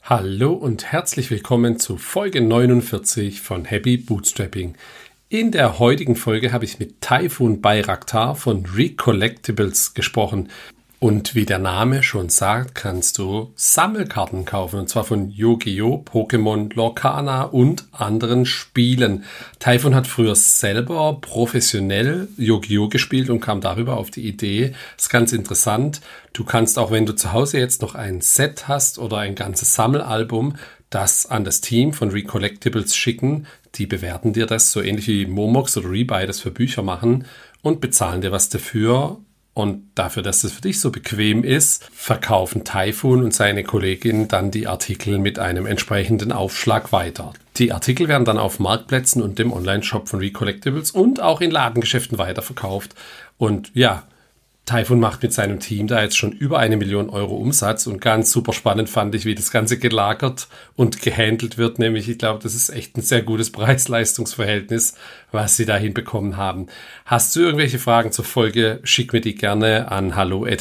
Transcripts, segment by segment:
Hallo und herzlich willkommen zu Folge 49 von Happy Bootstrapping. In der heutigen Folge habe ich mit Tayfun Bayraktar von Recollectibles gesprochen. Und wie der Name schon sagt, kannst du Sammelkarten kaufen. Und zwar von Yu-Gi-Oh!, Pokémon, Lorcana und anderen Spielen. Tayfun hat früher selber professionell Yu-Gi-Oh! Gespielt und kam darüber auf die Idee. Das ist ganz interessant. Du kannst auch, wenn du zu Hause jetzt noch ein Set hast oder ein ganzes Sammelalbum, das an das Team von Recollectibles schicken. Die bewerten dir das, so ähnlich wie Momox oder Rebuy das für Bücher machen und bezahlen dir was dafür. Und dafür, dass es für dich so bequem ist, verkaufen Tayfun und seine Kollegin dann die Artikel mit einem entsprechenden Aufschlag weiter. Die Artikel werden dann auf Marktplätzen und dem Online-Shop von Recollectibles und auch in Ladengeschäften weiterverkauft. Und ja, Tayfun macht mit seinem Team da jetzt schon über 1 Million Euro Umsatz und ganz super spannend fand ich, wie das Ganze gelagert und gehandelt wird. Nämlich, ich glaube, das ist echt ein sehr gutes Preis-Leistungs-Verhältnis, was sie da hinbekommen haben. Hast du irgendwelche Fragen zur Folge? Schick mir die gerne an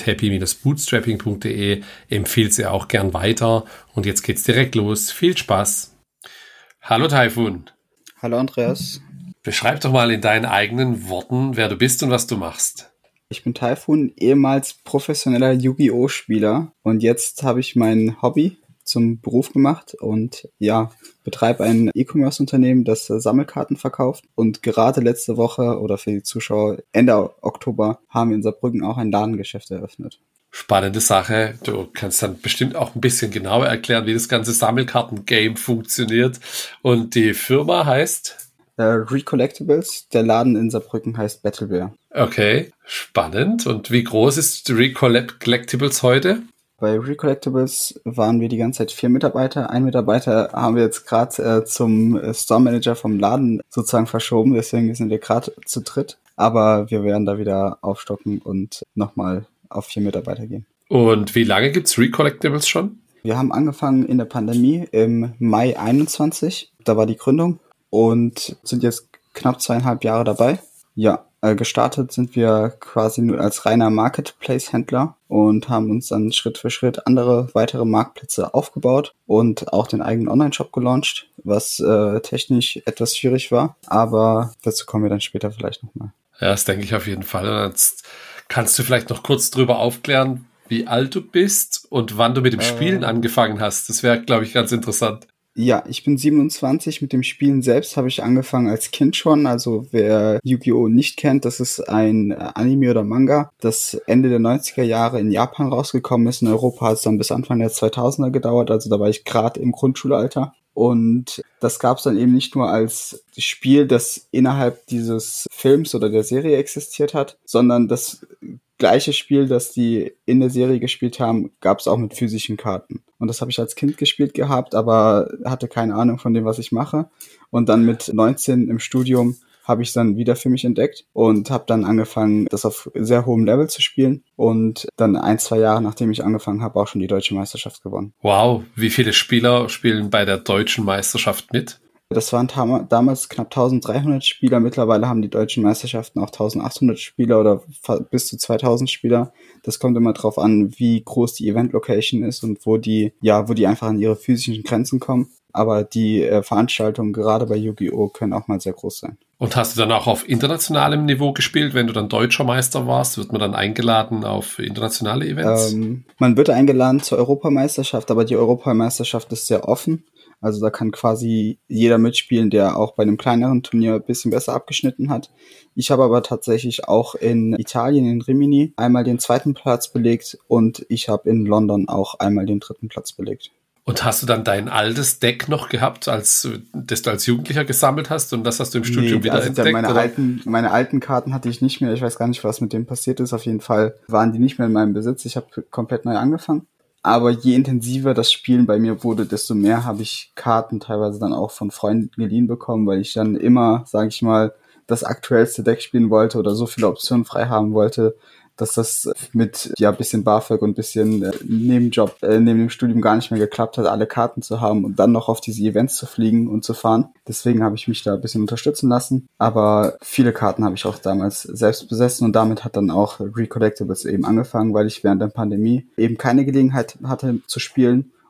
hallo@happy-bootstrapping.de. Empfehle sie auch gern weiter. Und jetzt geht's direkt los. Viel Spaß. Hallo Tayfun. Hallo Andreas. Beschreib doch mal in deinen eigenen Worten, wer du bist und was du machst. Ich bin Tayfun, ehemals professioneller Yu-Gi-Oh! Spieler und jetzt habe ich mein Hobby zum Beruf gemacht und ja, betreibe ein E-Commerce-Unternehmen, das Sammelkarten verkauft und gerade letzte Woche oder für die Zuschauer Ende Oktober haben wir in Saarbrücken auch ein Ladengeschäft eröffnet. Spannende Sache. Du kannst dann bestimmt auch ein bisschen genauer erklären, wie das ganze Sammelkarten-Game funktioniert. Und die Firma heißt? Recollectibles, der Laden in Saarbrücken heißt Battlebear. Okay, spannend. Und wie groß ist Recollectibles heute? Bei Recollectibles waren wir die ganze Zeit 4 Mitarbeiter. Ein Mitarbeiter haben wir jetzt gerade zum Store Manager vom Laden sozusagen verschoben. Deswegen sind wir gerade zu dritt. Aber wir werden da wieder aufstocken und nochmal auf 4 Mitarbeiter gehen. Und wie lange gibt's Recollectibles schon? Wir haben angefangen in der Pandemie im Mai 21. Da war die Gründung. Und sind jetzt knapp 2,5 Jahre dabei. Ja, gestartet sind wir quasi nur als reiner Marketplace-Händler und haben uns dann Schritt für Schritt weitere Marktplätze aufgebaut und auch den eigenen Online-Shop gelauncht, was technisch etwas schwierig war. Aber dazu kommen wir dann später vielleicht nochmal. Ja, das denke ich auf jeden Fall. Jetzt kannst du vielleicht noch kurz drüber aufklären, wie alt du bist und wann du mit dem Spielen angefangen hast. Das wäre, glaube ich, ganz interessant. Ja, ich bin 27. Mit dem Spielen selbst habe ich angefangen als Kind schon. Also wer Yu-Gi-Oh! Nicht kennt, das ist ein Anime oder Manga, das Ende der 90er Jahre in Japan rausgekommen ist. In Europa hat es dann bis Anfang der 2000er gedauert. Also da war ich gerade im Grundschulalter. Und das gab es dann eben nicht nur als Spiel, das innerhalb dieses Films oder der Serie existiert hat, sondern das gleiche Spiel, das die in der Serie gespielt haben, gab es auch mit physischen Karten. Und das habe ich als Kind gespielt gehabt, aber hatte keine Ahnung von dem, was ich mache. Und dann mit 19 im Studium habe ich es dann wieder für mich entdeckt und habe dann angefangen, das auf sehr hohem Level zu spielen. Und dann 1-2 Jahre, nachdem ich angefangen habe, auch schon die Deutsche Meisterschaft gewonnen. Wow, wie viele Spieler spielen bei der Deutschen Meisterschaft mit? Das waren damals knapp 1300 Spieler. Mittlerweile haben die deutschen Meisterschaften auch 1800 Spieler oder bis zu 2000 Spieler. Das kommt immer drauf an, wie groß die Event-Location ist und wo die einfach an ihre physischen Grenzen kommen. Aber die Veranstaltungen gerade bei Yu-Gi-Oh! Können auch mal sehr groß sein. Und hast du dann auch auf internationalem Niveau gespielt? Wenn du dann deutscher Meister warst, wird man dann eingeladen auf internationale Events? Man wird eingeladen zur Europameisterschaft, aber die Europameisterschaft ist sehr offen. Also da kann quasi jeder mitspielen, der auch bei einem kleineren Turnier ein bisschen besser abgeschnitten hat. Ich habe aber tatsächlich auch in Italien, in Rimini, einmal den 2. Platz belegt und ich habe in London auch einmal den 3. Platz belegt. Und hast du dann dein altes Deck noch gehabt, das du als Jugendlicher gesammelt hast und das hast du im Studium wieder entdeckt? Meine alten Karten hatte ich nicht mehr. Ich weiß gar nicht, was mit denen passiert ist. Auf jeden Fall waren die nicht mehr in meinem Besitz. Ich habe komplett neu angefangen. Aber je intensiver das Spielen bei mir wurde, desto mehr habe ich Karten teilweise dann auch von Freunden geliehen bekommen, weil ich dann immer, sage ich mal, das aktuellste Deck spielen wollte oder so viele Optionen frei haben wollte, dass das mit bisschen BAföG und bisschen Nebenjob neben dem Studium gar nicht mehr geklappt hat, alle Karten zu haben und dann noch auf diese Events zu fliegen und zu fahren. Deswegen habe ich mich da ein bisschen unterstützen lassen. Aber viele Karten habe ich auch damals selbst besessen und damit hat dann auch Recollectibles eben angefangen, weil ich während der Pandemie eben keine Gelegenheit hatte zu spielen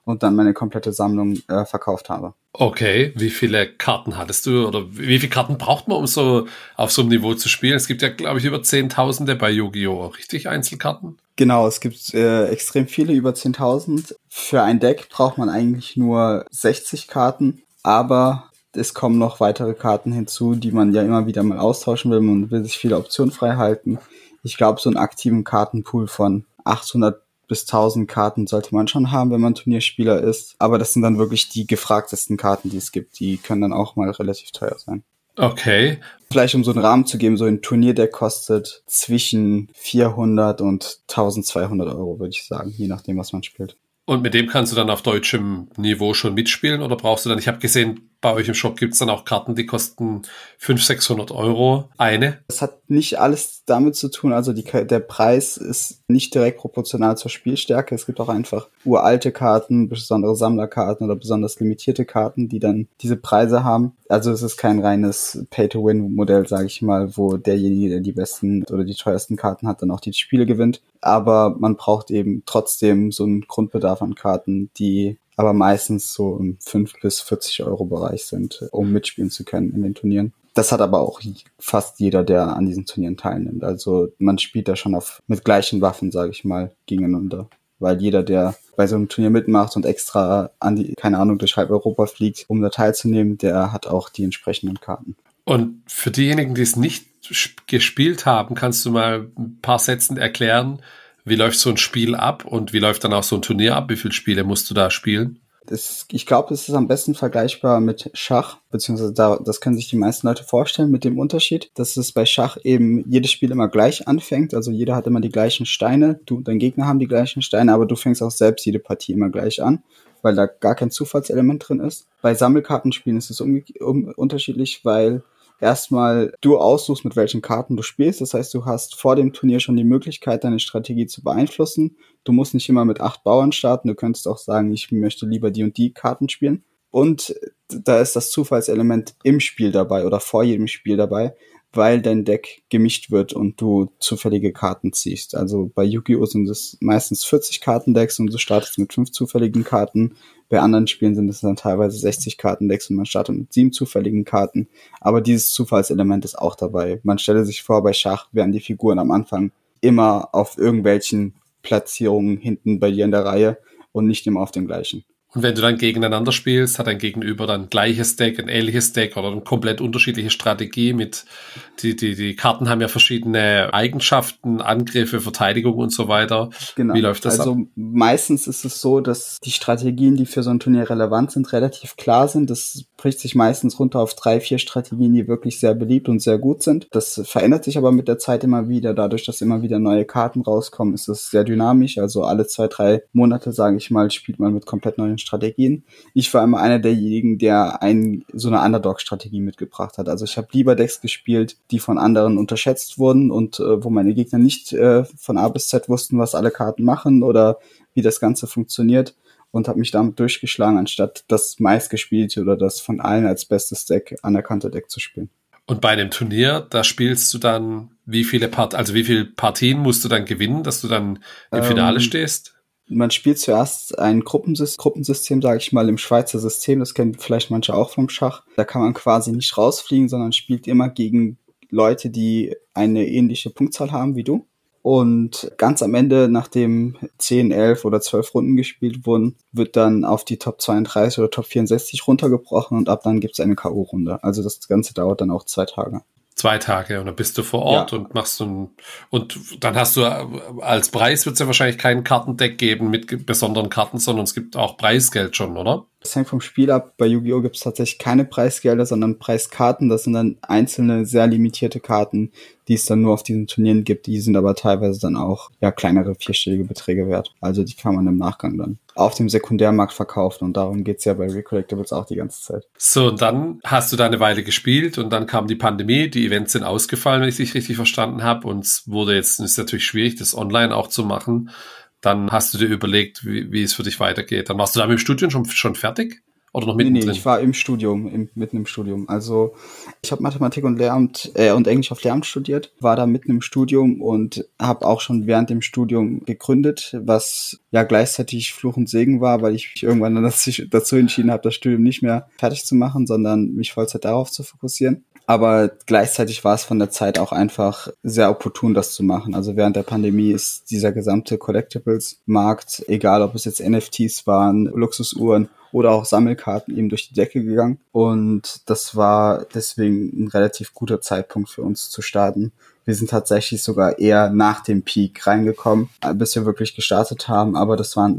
und dann meine komplette Sammlung verkauft habe. Okay, wie viele Karten hattest du oder wie viele Karten braucht man, um so auf so einem Niveau zu spielen? Es gibt ja, glaube ich, über Zehntausende bei Yu-Gi-Oh! Richtig, Einzelkarten? Genau, es gibt extrem viele, über 10.000. Für ein Deck braucht man eigentlich nur 60 Karten, aber es kommen noch weitere Karten hinzu, die man ja immer wieder mal austauschen will. Man will sich viele Optionen frei halten. Ich glaube, so einen aktiven Kartenpool von 800 bis 1000 Karten sollte man schon haben, wenn man Turnierspieler ist. Aber das sind dann wirklich die gefragtesten Karten, die es gibt. Die können dann auch mal relativ teuer sein. Okay. Vielleicht um so einen Rahmen zu geben, so ein Turnierdeck kostet zwischen 400 und 1200 Euro, würde ich sagen, je nachdem, was man spielt. Und mit dem kannst du dann auf deutschem Niveau schon mitspielen oder brauchst du dann, ich habe gesehen, bei euch im Shop gibt's dann auch Karten, die kosten 500, 600 Euro eine. Das hat nicht alles damit zu tun, also der Preis ist nicht direkt proportional zur Spielstärke. Es gibt auch einfach uralte Karten, besondere Sammlerkarten oder besonders limitierte Karten, die dann diese Preise haben. Also es ist kein reines Pay-to-Win-Modell, sage ich mal, wo derjenige, der die besten oder die teuersten Karten hat, dann auch die Spiele gewinnt. Aber man braucht eben trotzdem so einen Grundbedarf an Karten, die aber meistens so im 5 bis 40 Euro Bereich sind, um mitspielen zu können in den Turnieren. Das hat aber auch fast jeder, der an diesen Turnieren teilnimmt. Also man spielt da schon mit gleichen Waffen, sage ich mal, gegeneinander. Weil jeder, der bei so einem Turnier mitmacht und extra durch halb Europa fliegt, um da teilzunehmen, der hat auch die entsprechenden Karten. Und für diejenigen, die es nicht gespielt haben, kannst du mal ein paar Sätzen erklären, wie läuft so ein Spiel ab und wie läuft dann auch so ein Turnier ab? Wie viele Spiele musst du da spielen? Ich glaube, es ist am besten vergleichbar mit Schach, beziehungsweise das können sich die meisten Leute vorstellen, mit dem Unterschied, dass es bei Schach eben jedes Spiel immer gleich anfängt. Also jeder hat immer die gleichen Steine, du und dein Gegner haben die gleichen Steine, aber du fängst auch selbst jede Partie immer gleich an, weil da gar kein Zufallselement drin ist. Bei Sammelkartenspielen ist es unterschiedlich, weil erstmal du aussuchst, mit welchen Karten du spielst. Das heißt, du hast vor dem Turnier schon die Möglichkeit, deine Strategie zu beeinflussen. Du musst nicht immer mit 8 Bauern starten. Du könntest auch sagen, ich möchte lieber die und die Karten spielen. Und da ist das Zufallselement im Spiel dabei oder vor jedem Spiel dabei, weil dein Deck gemischt wird und du zufällige Karten ziehst. Also bei Yu-Gi-Oh! Sind es meistens 40 Kartendecks und du startest mit 5 zufälligen Karten. Bei anderen Spielen sind es dann teilweise 60 Kartendecks und man startet mit 7 zufälligen Karten. Aber dieses Zufallselement ist auch dabei. Man stelle sich vor, bei Schach werden die Figuren am Anfang immer auf irgendwelchen Platzierungen hinten bei dir in der Reihe und nicht immer auf den gleichen. Und wenn du dann gegeneinander spielst, hat dein Gegenüber dann ein gleiches Deck, ein ähnliches Deck oder eine komplett unterschiedliche Strategie mit, die Karten haben ja verschiedene Eigenschaften, Angriffe, Verteidigung und so weiter. Genau. Wie läuft das ab? Also meistens ist es so, dass die Strategien, die für so ein Turnier relevant sind, relativ klar sind. Das bricht sich meistens runter auf 3, 4 Strategien, die wirklich sehr beliebt und sehr gut sind. Das verändert sich aber mit der Zeit immer wieder. Dadurch, dass immer wieder neue Karten rauskommen, ist es sehr dynamisch. Also alle 2, 3 Monate, sage ich mal, spielt man mit komplett neuen Strategien. Ich war immer einer derjenigen, der so eine Underdog-Strategie mitgebracht hat. Also ich habe lieber Decks gespielt, die von anderen unterschätzt wurden und wo meine Gegner nicht von A bis Z wussten, was alle Karten machen oder wie das Ganze funktioniert und habe mich damit durchgeschlagen, anstatt das meistgespielte oder das von allen als bestes Deck anerkannte Deck zu spielen. Und bei einem Turnier, da spielst du dann wie viele Partien musst du dann gewinnen, dass du dann im Finale stehst? Man spielt zuerst ein Gruppensystem, sage ich mal, im Schweizer System. Das kennen vielleicht manche auch vom Schach. Da kann man quasi nicht rausfliegen, sondern spielt immer gegen Leute, die eine ähnliche Punktzahl haben wie du. Und ganz am Ende, nachdem 10, 11 oder 12 Runden gespielt wurden, wird dann auf die Top 32 oder Top 64 runtergebrochen und ab dann gibt's eine K.O.-Runde. Also das Ganze dauert dann auch 2 Tage. 2 Tage und dann bist du vor Ort und machst und dann hast du als Preis wird es ja wahrscheinlich kein Kartendeck geben mit besonderen Karten, sondern es gibt auch Preisgeld schon, oder? Das hängt vom Spiel ab. Bei Yu-Gi-Oh! Gibt es tatsächlich keine Preisgelder, sondern Preiskarten. Das sind dann einzelne, sehr limitierte Karten, die es dann nur auf diesen Turnieren gibt. Die sind aber teilweise dann auch kleinere 4-stellige Beträge wert. Also die kann man im Nachgang dann auf dem Sekundärmarkt verkaufen. Und darum geht's ja bei Recollectibles auch die ganze Zeit. So, und dann hast du da eine Weile gespielt und dann kam die Pandemie. Die Events sind ausgefallen, wenn ich dich richtig verstanden habe. Und es ist natürlich schwierig, das online auch zu machen. Dann hast du dir überlegt, wie es für dich weitergeht. Dann warst du da mit dem Studium schon fertig? Oder noch Nee, mittendrin? ich war im Studium, mitten im Studium. Also ich habe Mathematik und Lehramt und Englisch auf Lehramt studiert, war da mitten im Studium und habe auch schon während dem Studium gegründet, was ja gleichzeitig Fluch und Segen war, weil ich mich irgendwann dann dazu entschieden habe, das Studium nicht mehr fertig zu machen, sondern mich Vollzeit darauf zu fokussieren. Aber gleichzeitig war es von der Zeit auch einfach sehr opportun, das zu machen. Also während der Pandemie ist dieser gesamte Collectibles-Markt, egal ob es jetzt NFTs waren, Luxusuhren oder auch Sammelkarten, eben durch die Decke gegangen. Und das war deswegen ein relativ guter Zeitpunkt für uns zu starten. Wir sind tatsächlich sogar eher nach dem Peak reingekommen, bis wir wirklich gestartet haben. Aber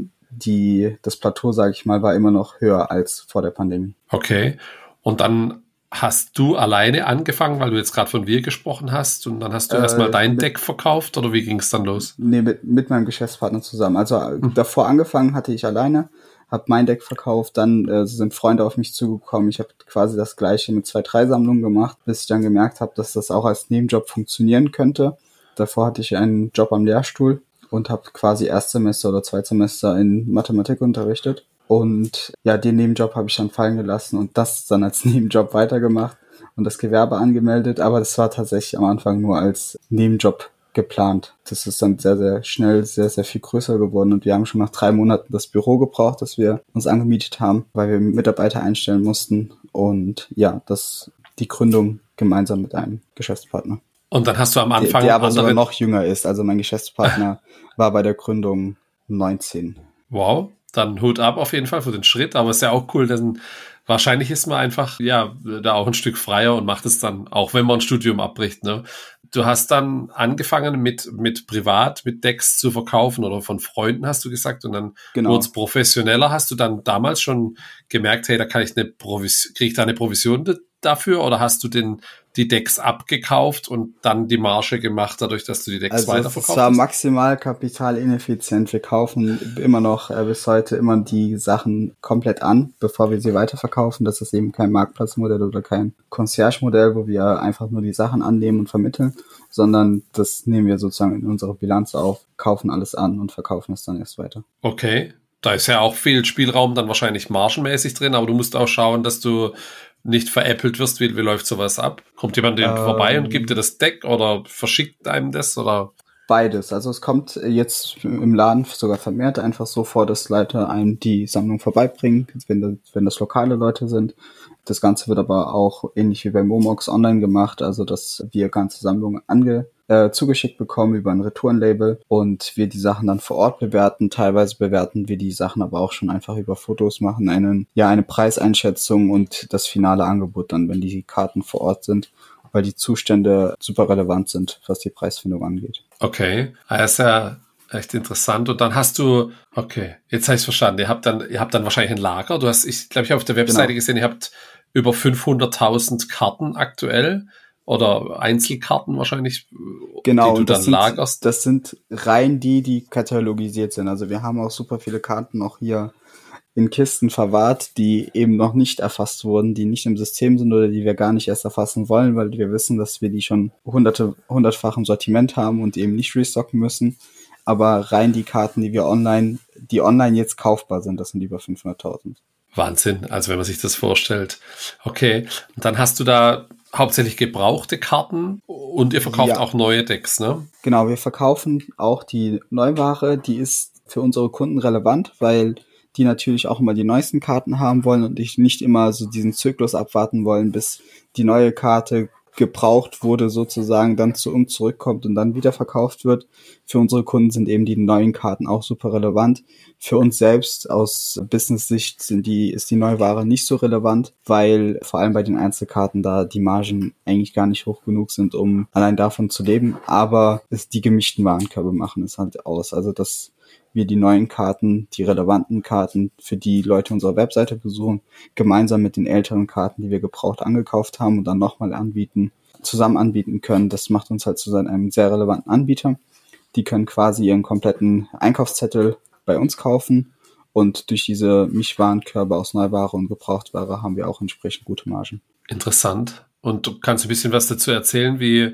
das Plateau, sage ich mal, war immer noch höher als vor der Pandemie. Okay. Und dann hast du alleine angefangen, weil du jetzt gerade von wir gesprochen hast, und dann hast du erstmal dein Deck verkauft, oder wie ging es dann los? Nee, mit meinem Geschäftspartner zusammen. Also davor angefangen hatte ich alleine, habe mein Deck verkauft, dann sind Freunde auf mich zugekommen. Ich habe quasi das Gleiche mit 2, 3 Sammlungen gemacht, bis ich dann gemerkt habe, dass das auch als Nebenjob funktionieren könnte. Davor hatte ich einen Job am Lehrstuhl und habe quasi Erstsemester oder Zweitsemester in Mathematik unterrichtet. Und ja, den Nebenjob habe ich dann fallen gelassen und das dann als Nebenjob weitergemacht und das Gewerbe angemeldet. Aber das war tatsächlich am Anfang nur als Nebenjob geplant. Das ist dann sehr, sehr schnell, sehr, sehr viel größer geworden und wir haben schon nach 3 Monaten das Büro gebraucht, das wir uns angemietet haben, weil wir Mitarbeiter einstellen mussten. Und ja, die Gründung gemeinsam mit einem Geschäftspartner. Und dann hast du am Anfang... Der aber sogar noch jünger ist. Also mein Geschäftspartner war bei der Gründung 19. Wow, dann Hut ab auf jeden Fall für den Schritt, aber ist ja auch cool, denn wahrscheinlich ist man einfach, ja, da auch ein Stück freier und macht es dann, auch wenn man ein Studium abbricht, ne? Du hast dann angefangen mit privat, mit Decks zu verkaufen oder von Freunden, hast du gesagt, und dann wurde es professioneller. Hast du dann damals schon gemerkt, hey, da kann ich kriege ich da eine Provision dafür, oder hast du die Decks abgekauft und dann die Marge gemacht, dadurch, dass du die Decks weiterverkauft hast? Also es war maximal kapitalineffizient. Wir kaufen immer noch bis heute immer die Sachen komplett an, bevor wir sie weiterverkaufen. Das ist eben kein Marktplatzmodell oder kein Concierge-Modell, wo wir einfach nur die Sachen annehmen und vermitteln, sondern das nehmen wir sozusagen in unsere Bilanz auf, kaufen alles an und verkaufen es dann erst weiter. Okay, da ist ja auch viel Spielraum dann wahrscheinlich margenmäßig drin, aber du musst auch schauen, dass du nicht veräppelt wirst. Wie läuft sowas ab? Kommt jemand vorbei und gibt dir das Deck oder verschickt einem das? Oder? Beides. Also es kommt jetzt im Laden sogar vermehrt einfach so vor, dass Leute einem die Sammlung vorbeibringen, wenn das lokale Leute sind. Das Ganze wird aber auch ähnlich wie bei Momox online gemacht, also dass wir ganze Sammlungen zugeschickt bekommen über ein Retourenlabel und wir die Sachen dann vor Ort bewerten. Teilweise bewerten wir die Sachen aber auch schon einfach über Fotos, machen eine Preiseinschätzung und das finale Angebot dann, wenn die Karten vor Ort sind, weil die Zustände super relevant sind, was die Preisfindung angeht. Okay, das ist ja echt interessant. Und dann hast du, okay, jetzt habe ich es verstanden. Ihr habt dann wahrscheinlich ein Lager. Ich glaube, ich habe auf der Webseite gesehen, ihr habt über 500.000 Karten aktuell oder Einzelkarten wahrscheinlich, genau, die du dann lagerst. Das sind rein die katalogisiert sind. Also wir haben auch super viele Karten auch hier in Kisten verwahrt, die eben noch nicht erfasst wurden, die nicht im System sind oder die wir gar nicht erst erfassen wollen, weil wir wissen, dass wir die schon hundertfach im Sortiment haben und eben nicht restocken müssen. Aber rein die Karten, die online jetzt kaufbar sind, das sind über 500.000. Wahnsinn, also wenn man sich das vorstellt. Okay, und dann hast du da hauptsächlich gebrauchte Karten und ihr verkauft auch neue Decks, ne? Genau, wir verkaufen auch die Neuware, die ist für unsere Kunden relevant, weil die natürlich auch immer die neuesten Karten haben wollen und nicht immer so diesen Zyklus abwarten wollen, bis die neue Karte gebraucht wurde, sozusagen dann zu uns zurückkommt und dann wieder verkauft wird. Für unsere Kunden sind eben die neuen Karten auch super relevant. Für uns selbst aus Business-Sicht ist die Neuware nicht so relevant, weil vor allem bei den Einzelkarten da die Margen eigentlich gar nicht hoch genug sind, um allein davon zu leben. Aber die gemischten Warenkörbe machen es halt aus. Also dass wir die neuen Karten, die relevanten Karten, für die Leute unsere Webseite besuchen, gemeinsam mit den älteren Karten, die wir gebraucht angekauft haben und dann nochmal zusammen anbieten können. Das macht uns halt zu einem sehr relevanten Anbieter. Die können quasi ihren kompletten Einkaufszettel bei uns kaufen und durch diese Mischwarenkörbe aus Neuware und Gebrauchtware haben wir auch entsprechend gute Margen. Interessant. Und du kannst ein bisschen was dazu erzählen, wie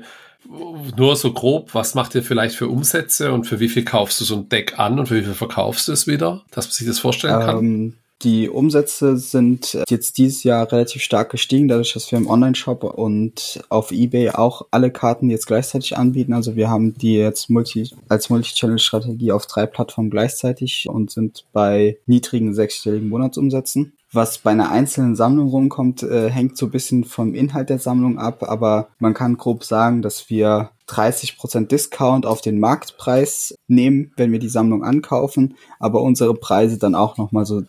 nur so grob, was macht ihr vielleicht für Umsätze und für wie viel kaufst du so ein Deck an und für wie viel verkaufst du es wieder, dass man sich das vorstellen kann? Die Umsätze sind jetzt dieses Jahr relativ stark gestiegen, dadurch, dass wir im Online-Shop und auf eBay auch alle Karten jetzt gleichzeitig anbieten. Also wir haben die jetzt als Multi-Channel-Strategie auf 3 Plattformen gleichzeitig und sind bei niedrigen sechsstelligen Monatsumsätzen. Was bei einer einzelnen Sammlung rumkommt, hängt so ein bisschen vom Inhalt der Sammlung ab, aber man kann grob sagen, dass wir 30% Discount auf den Marktpreis nehmen, wenn wir die Sammlung ankaufen, aber unsere Preise dann auch nochmal so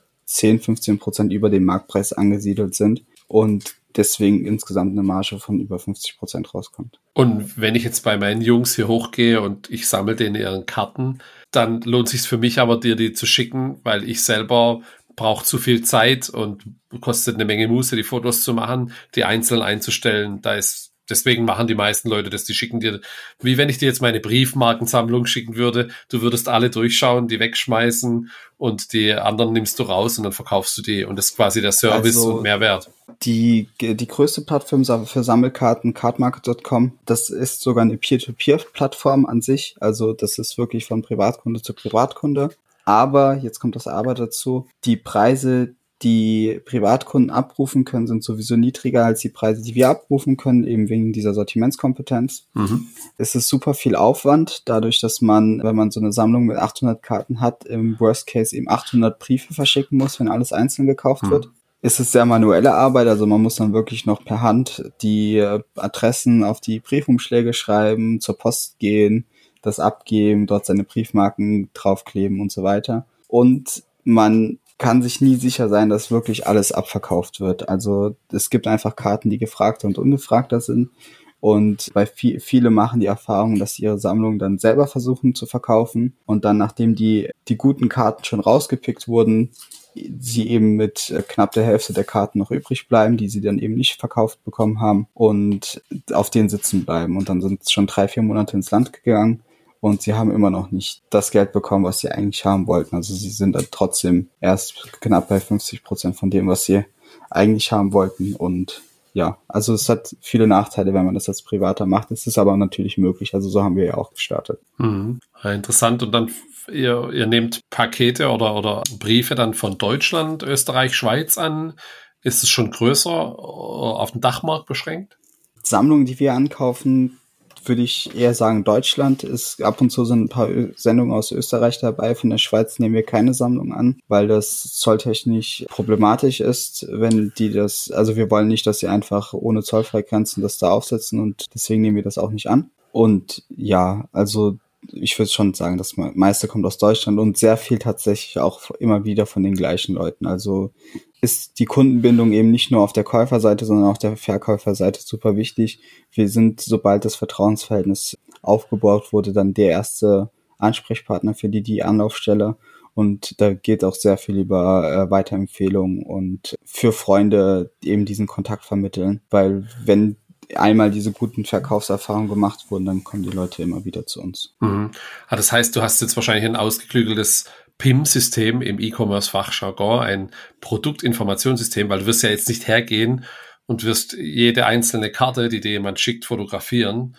10-15% über dem Marktpreis angesiedelt sind und deswegen insgesamt eine Marge von über 50% rauskommt. Und wenn ich jetzt bei meinen Jungs hier hochgehe und ich sammle denen ihren Karten, dann lohnt sich für mich aber, dir die zu schicken, weil ich selber brauche zu viel Zeit und kostet eine Menge Muße, die Fotos zu machen, die einzeln einzustellen. Deswegen machen die meisten Leute das, die schicken dir, wie wenn ich dir jetzt meine Briefmarkensammlung schicken würde, du würdest alle durchschauen, die wegschmeißen und die anderen nimmst du raus und dann verkaufst du die und das ist quasi der Service und Mehrwert. Die größte Plattform für Sammelkarten, cardmarket.com, das ist sogar eine Peer-to-Peer-Plattform an sich, also das ist wirklich von Privatkunde zu Privatkunde. Aber, jetzt kommt das Aber dazu, die Preise, die Privatkunden abrufen können, sind sowieso niedriger als die Preise, die wir abrufen können, eben wegen dieser Sortimentskompetenz. Es ist super viel Aufwand, dadurch, dass man, wenn man so eine Sammlung mit 800 Karten hat, im Worst Case eben 800 Briefe verschicken muss, wenn alles einzeln gekauft wird. Es ist sehr manuelle Arbeit, also man muss dann wirklich noch per Hand die Adressen auf die Briefumschläge schreiben, zur Post gehen, das abgeben, dort seine Briefmarken draufkleben und so weiter. Und man kann sich nie sicher sein, dass wirklich alles abverkauft wird. Also es gibt einfach Karten, die gefragter und ungefragter sind. Und bei viele machen die Erfahrung, dass sie ihre Sammlung dann selber versuchen zu verkaufen. Und dann, nachdem die guten Karten schon rausgepickt wurden, sie eben mit knapp der Hälfte der Karten noch übrig bleiben, die sie dann eben nicht verkauft bekommen haben und auf denen sitzen bleiben. Und dann sind es schon 3-4 Monate ins Land gegangen. Und sie haben immer noch nicht das Geld bekommen, was sie eigentlich haben wollten. Also sie sind dann trotzdem erst knapp bei 50% von dem, was sie eigentlich haben wollten. Und ja, also es hat viele Nachteile, wenn man das als Privater macht. Es ist aber natürlich möglich. Also so haben wir ja auch gestartet. Ja, interessant. Und dann ihr nehmt Pakete oder Briefe dann von Deutschland, Österreich, Schweiz an. Ist es schon größer auf den Dachmarkt beschränkt? Sammlungen, die wir ankaufen, würde ich eher sagen, Deutschland ist ab und zu sind ein paar Sendungen aus Österreich dabei. Von der Schweiz nehmen wir keine Sammlung an, weil das zolltechnisch problematisch ist, wenn die das, also wir wollen nicht, dass sie einfach ohne Zollfreigrenzen das da aufsetzen und deswegen nehmen wir das auch nicht an. Und ja, also ich würde schon sagen, das meiste kommt aus Deutschland und sehr viel tatsächlich auch immer wieder von den gleichen Leuten. Also ist die Kundenbindung eben nicht nur auf der Käuferseite, sondern auch auf der Verkäuferseite super wichtig. Wir sind, sobald das Vertrauensverhältnis aufgebaut wurde, dann der erste Ansprechpartner für die Anlaufstelle. Und da geht auch sehr viel über Weiterempfehlungen und für Freunde eben diesen Kontakt vermitteln. Weil wenn einmal diese guten Verkaufserfahrungen gemacht wurden, dann kommen die Leute immer wieder zu uns. Das heißt, du hast jetzt wahrscheinlich ein ausgeklügeltes PIM-System im E-Commerce-Fachjargon, ein Produktinformationssystem, weil du wirst ja jetzt nicht hergehen und wirst jede einzelne Karte, die dir jemand schickt, fotografieren.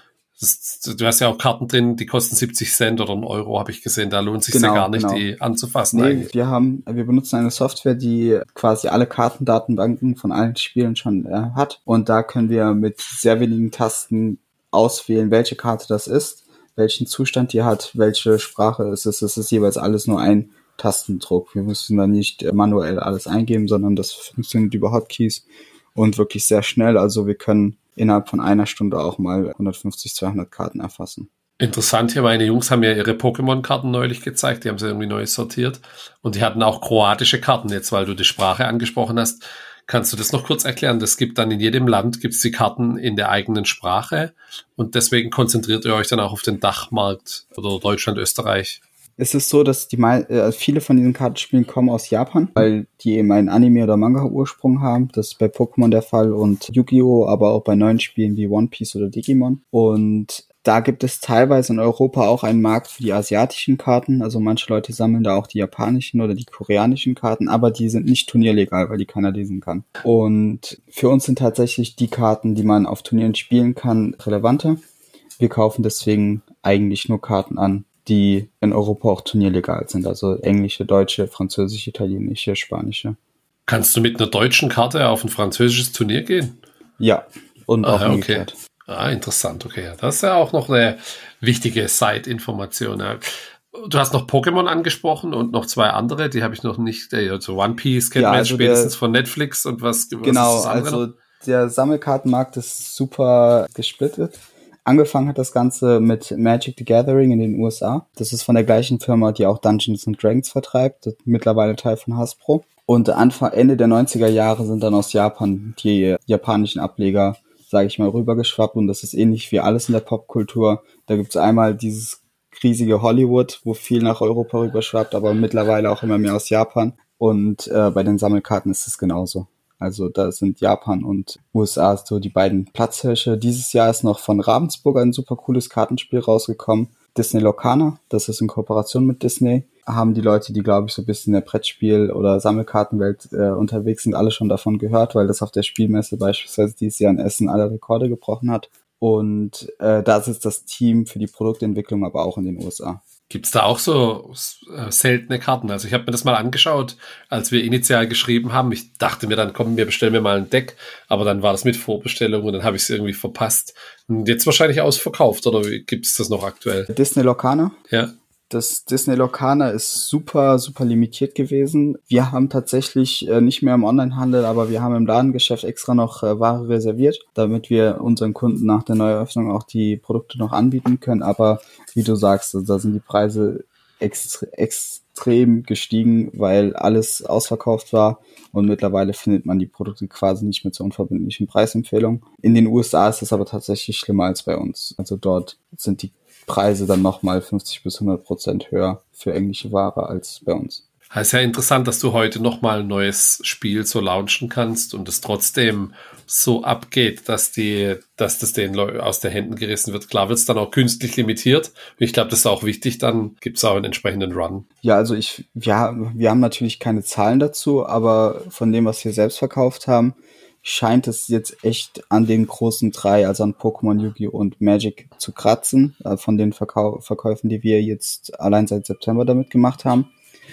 Du hast ja auch Karten drin, die kosten 70 Cent oder €1, habe ich gesehen. Da lohnt es sich ja gar nicht, die anzufassen. Nee, wir benutzen eine Software, die quasi alle Kartendatenbanken von allen Spielen schon hat. Und da können wir mit sehr wenigen Tasten auswählen, welche Karte das ist, welchen Zustand die hat, welche Sprache es ist. Es ist jeweils alles nur ein Tastendruck. Wir müssen da nicht manuell alles eingeben, sondern das funktioniert über Hotkeys und wirklich sehr schnell. Also wir können innerhalb von einer Stunde auch mal 150, 200 Karten erfassen. Interessant hier, meine Jungs haben ja ihre Pokémon-Karten neulich gezeigt, die haben sie irgendwie neu sortiert und die hatten auch kroatische Karten jetzt, weil du die Sprache angesprochen hast. Kannst du das noch kurz erklären? Das gibt dann in jedem Land gibt's die Karten in der eigenen Sprache und deswegen konzentriert ihr euch dann auch auf den Dachmarkt oder Deutschland, Österreich. Es ist so, dass viele von diesen Kartenspielen kommen aus Japan, weil die eben einen Anime- oder Manga-Ursprung haben. Das ist bei Pokémon der Fall und Yu-Gi-Oh!, aber auch bei neuen Spielen wie One Piece oder Digimon. Und da gibt es teilweise in Europa auch einen Markt für die asiatischen Karten. Also manche Leute sammeln da auch die japanischen oder die koreanischen Karten, aber die sind nicht turnierlegal, weil die keiner lesen kann. Und für uns sind tatsächlich die Karten, die man auf Turnieren spielen kann, relevanter. Wir kaufen deswegen eigentlich nur Karten an, die in Europa auch turnierlegal sind. Also englische, deutsche, französische, italienische, spanische. Kannst du mit einer deutschen Karte auf ein französisches Turnier gehen? Ja, und auch umgekehrt. Okay. Interessant, okay. Ja. Das ist ja auch noch eine wichtige Side-Information. Ja. Du hast noch Pokémon angesprochen und noch 2 andere, die habe ich noch nicht. Also One Piece kennt man jetzt spätestens von Netflix und was genau, ist das andere also noch? Der Sammelkartenmarkt ist super gesplittet. Angefangen hat das Ganze mit Magic the Gathering in den USA. Das ist von der gleichen Firma, die auch Dungeons and Dragons vertreibt. Das ist mittlerweile Teil von Hasbro. Und Ende der 90er Jahre sind dann aus Japan die japanischen Ableger, sage ich mal, rübergeschwappt. Und das ist ähnlich wie alles in der Popkultur. Da gibt's einmal dieses riesige Hollywood, wo viel nach Europa rüberschwappt, aber mittlerweile auch immer mehr aus Japan. Und bei den Sammelkarten ist es genauso. Also da sind Japan und USA so die beiden Platzhirsche. Dieses Jahr ist noch von Ravensburger ein super cooles Kartenspiel rausgekommen. Disney Locana, das ist in Kooperation mit Disney. Haben die Leute, die, glaube ich, so ein bisschen in der Brettspiel- oder Sammelkartenwelt unterwegs sind, alle schon davon gehört, weil das auf der Spielmesse beispielsweise dieses Jahr in Essen alle Rekorde gebrochen hat. Und da sitzt das Team für die Produktentwicklung aber auch in den USA. Gibt's da auch so seltene Karten? Also ich habe mir das mal angeschaut, als wir initial geschrieben haben. Ich dachte mir dann, komm, wir bestellen mir mal ein Deck. Aber dann war das mit Vorbestellung und dann habe ich es irgendwie verpasst. Und jetzt wahrscheinlich ausverkauft, oder gibt's das noch aktuell? Disney Locana? Ja. Das Disney Locana ist super, super limitiert gewesen. Wir haben tatsächlich nicht mehr im Onlinehandel, aber wir haben im Ladengeschäft extra noch Ware reserviert, damit wir unseren Kunden nach der Neueröffnung auch die Produkte noch anbieten können. Aber wie du sagst, da sind die Preise extrem gestiegen, weil alles ausverkauft war. Und mittlerweile findet man die Produkte quasi nicht mehr zur unverbindlichen Preisempfehlung. In den USA ist es aber tatsächlich schlimmer als bei uns. Also dort sind die Preise dann nochmal 50-100% höher für englische Ware als bei uns. Es ist ja interessant, dass du heute nochmal ein neues Spiel so launchen kannst und es trotzdem so abgeht, dass das den Leuten aus den Händen gerissen wird. Klar wird es dann auch künstlich limitiert. Ich glaube, das ist auch wichtig, dann gibt es auch einen entsprechenden Run. Ja, also wir haben natürlich keine Zahlen dazu, aber von dem, was wir selbst verkauft haben, scheint es jetzt echt an den großen 3, also an Pokémon, Yu-Gi-Oh! Und Magic zu kratzen, von den Verkäufen, die wir jetzt allein seit September damit gemacht haben.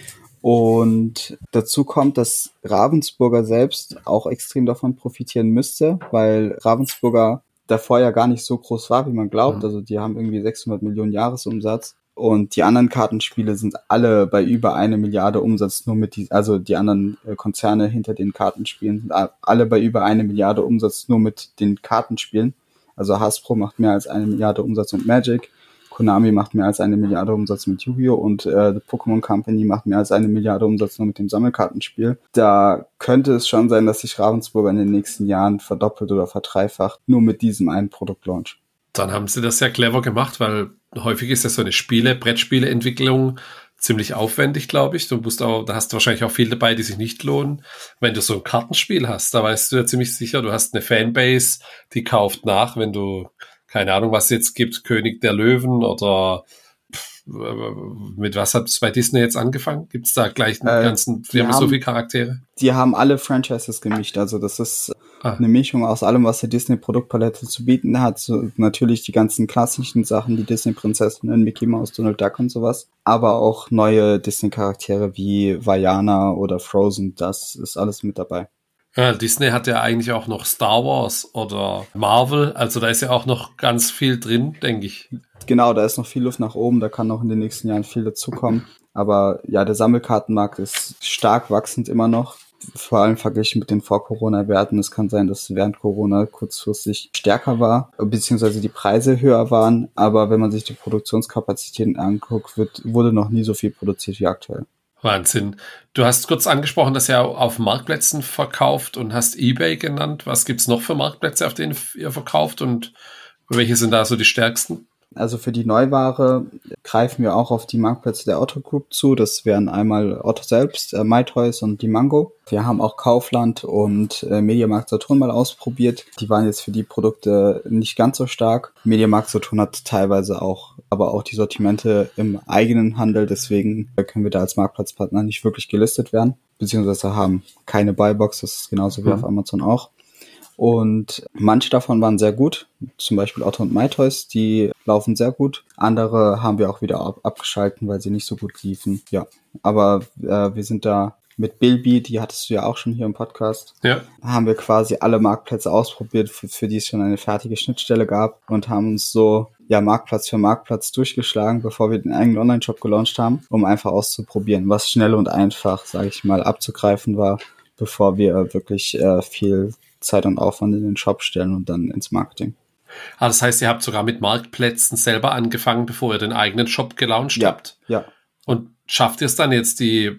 Und dazu kommt, dass Ravensburger selbst auch extrem davon profitieren müsste, weil Ravensburger davor ja gar nicht so groß war, wie man glaubt. Also die haben irgendwie 600 Millionen Jahresumsatz. Und die anderen Kartenspiele sind alle bei über 1 Milliarde Umsatz, nur mit also die anderen Konzerne hinter den Kartenspielen sind alle bei über 1 Milliarde Umsatz nur mit den Kartenspielen. Also Hasbro macht mehr als 1 Milliarde Umsatz mit Magic, Konami macht mehr als 1 Milliarde Umsatz mit Yu-Gi-Oh! Und die Pokémon Company macht mehr als 1 Milliarde Umsatz nur mit dem Sammelkartenspiel. Da könnte es schon sein, dass sich Ravensburger in den nächsten Jahren verdoppelt oder verdreifacht, nur mit diesem einen Produktlaunch. Dann haben sie das ja clever gemacht, weil häufig ist ja so eine Brettspieleentwicklung ziemlich aufwendig, glaube ich. Da hast du wahrscheinlich auch viel dabei, die sich nicht lohnen. Wenn du so ein Kartenspiel hast, da weißt du ja ziemlich sicher, du hast eine Fanbase, die kauft nach, wenn du, keine Ahnung, was es jetzt gibt, König der Löwen oder mit was hat es bei Disney jetzt angefangen? Gibt es da gleich einen ganzen, wir haben so viele Charaktere? Die haben alle Franchises gemischt, also das ist eine Mischung aus allem, was die Disney-Produktpalette zu bieten hat. So, natürlich die ganzen klassischen Sachen, die Disney-Prinzessinnen, Mickey Mouse, Donald Duck und sowas, aber auch neue Disney-Charaktere wie Vaiana oder Frozen, das ist alles mit dabei. Ja, Disney hat ja eigentlich auch noch Star Wars oder Marvel, also da ist ja auch noch ganz viel drin, denke ich. Genau, da ist noch viel Luft nach oben, da kann noch in den nächsten Jahren viel dazukommen. Aber ja, der Sammelkartenmarkt ist stark wachsend immer noch, vor allem verglichen mit den Vor-Corona-Werten. Es kann sein, dass während Corona kurzfristig stärker war, beziehungsweise die Preise höher waren. Aber wenn man sich die Produktionskapazitäten anguckt, wurde noch nie so viel produziert wie aktuell. Wahnsinn. Du hast kurz angesprochen, dass ihr auf Marktplätzen verkauft und hast eBay genannt. Was gibt's noch für Marktplätze, auf denen ihr verkauft und welche sind da so die stärksten? Also für die Neuware greifen wir auch auf die Marktplätze der Otto Group zu. Das wären einmal Otto selbst, MyToys und die Mango. Wir haben auch Kaufland und Mediamarkt Saturn mal ausprobiert. Die waren jetzt für die Produkte nicht ganz so stark. Mediamarkt Saturn hat teilweise aber auch die Sortimente im eigenen Handel. Deswegen können wir da als Marktplatzpartner nicht wirklich gelistet werden. Beziehungsweise haben keine Buybox. Das ist genauso wie auf Amazon auch. Und manche davon waren sehr gut, zum Beispiel Otto und MyToys, die laufen sehr gut. Andere haben wir auch wieder abgeschalten, weil sie nicht so gut liefen. Ja, aber wir sind da mit Bilby, die hattest du ja auch schon hier im Podcast. Ja. Haben wir quasi alle Marktplätze ausprobiert, für die es schon eine fertige Schnittstelle gab und haben uns so Marktplatz für Marktplatz durchgeschlagen, bevor wir den eigenen Online-Shop gelauncht haben, um einfach auszuprobieren, was schnell und einfach, sage ich mal, abzugreifen war, bevor wir wirklich viel Zeit und Aufwand in den Shop stellen und dann ins Marketing. Ah, das heißt, ihr habt sogar mit Marktplätzen selber angefangen, bevor ihr den eigenen Shop gelauncht habt? Ja. Und schafft ihr es dann jetzt, die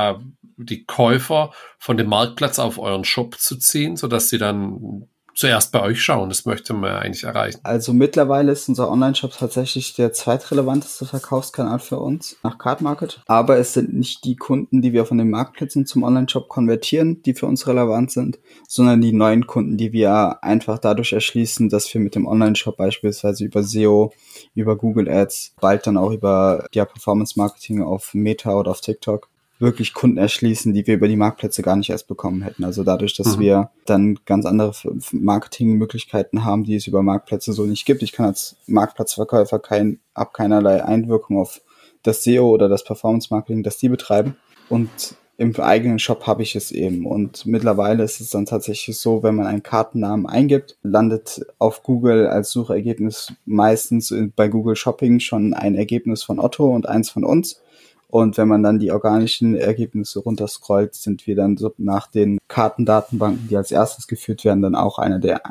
Käufer von dem Marktplatz auf euren Shop zu ziehen, sodass sie dann zuerst bei euch schauen? Das möchte man ja eigentlich erreichen. Also mittlerweile ist unser Online-Shop tatsächlich der zweitrelevanteste Verkaufskanal für uns nach Cardmarket. Aber es sind nicht die Kunden, die wir von den Marktplätzen zum Online-Shop konvertieren, die für uns relevant sind, sondern die neuen Kunden, die wir einfach dadurch erschließen, dass wir mit dem Online-Shop beispielsweise über SEO, über Google Ads, bald dann auch über Performance-Marketing auf Meta oder auf TikTok wirklich Kunden erschließen, die wir über die Marktplätze gar nicht erst bekommen hätten. Also dadurch, dass wir dann ganz andere Marketingmöglichkeiten haben, die es über Marktplätze so nicht gibt. Ich kann als Marktplatzverkäufer keinerlei Einwirkung auf das SEO oder das Performance-Marketing, das die betreiben. Und im eigenen Shop habe ich es eben. Und mittlerweile ist es dann tatsächlich so, wenn man einen Kartennamen eingibt, landet auf Google als Suchergebnis meistens bei Google Shopping schon ein Ergebnis von Otto und eins von uns. Und wenn man dann die organischen Ergebnisse runterscrollt, sind wir dann so nach den Kartendatenbanken, die als erstes geführt werden, dann auch einer der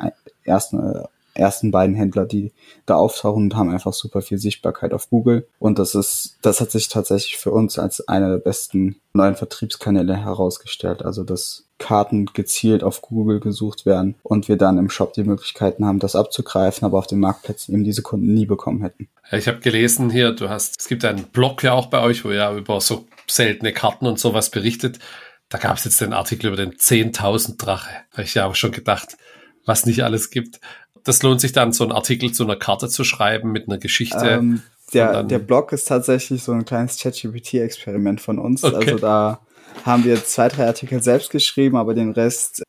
ersten beiden Händler, die da auftauchen und haben einfach super viel Sichtbarkeit auf Google. Und das hat sich tatsächlich für uns als einer der besten neuen Vertriebskanäle herausgestellt. Also, dass Karten gezielt auf Google gesucht werden und wir dann im Shop die Möglichkeiten haben, das abzugreifen, aber auf den Marktplätzen eben diese Kunden nie bekommen hätten. Ich habe gelesen hier, es gibt einen Blog ja auch bei euch, wo ihr über so seltene Karten und sowas berichtet. Da gab es jetzt den Artikel über den 10.000 Drache. Da habe ich ja auch schon gedacht, was nicht alles gibt. Das lohnt sich dann, so einen Artikel zu einer Karte zu schreiben mit einer Geschichte. Der Blog ist tatsächlich so ein kleines ChatGPT-Experiment von uns. Okay. Also da haben wir 2-3 Artikel selbst geschrieben, aber den Rest,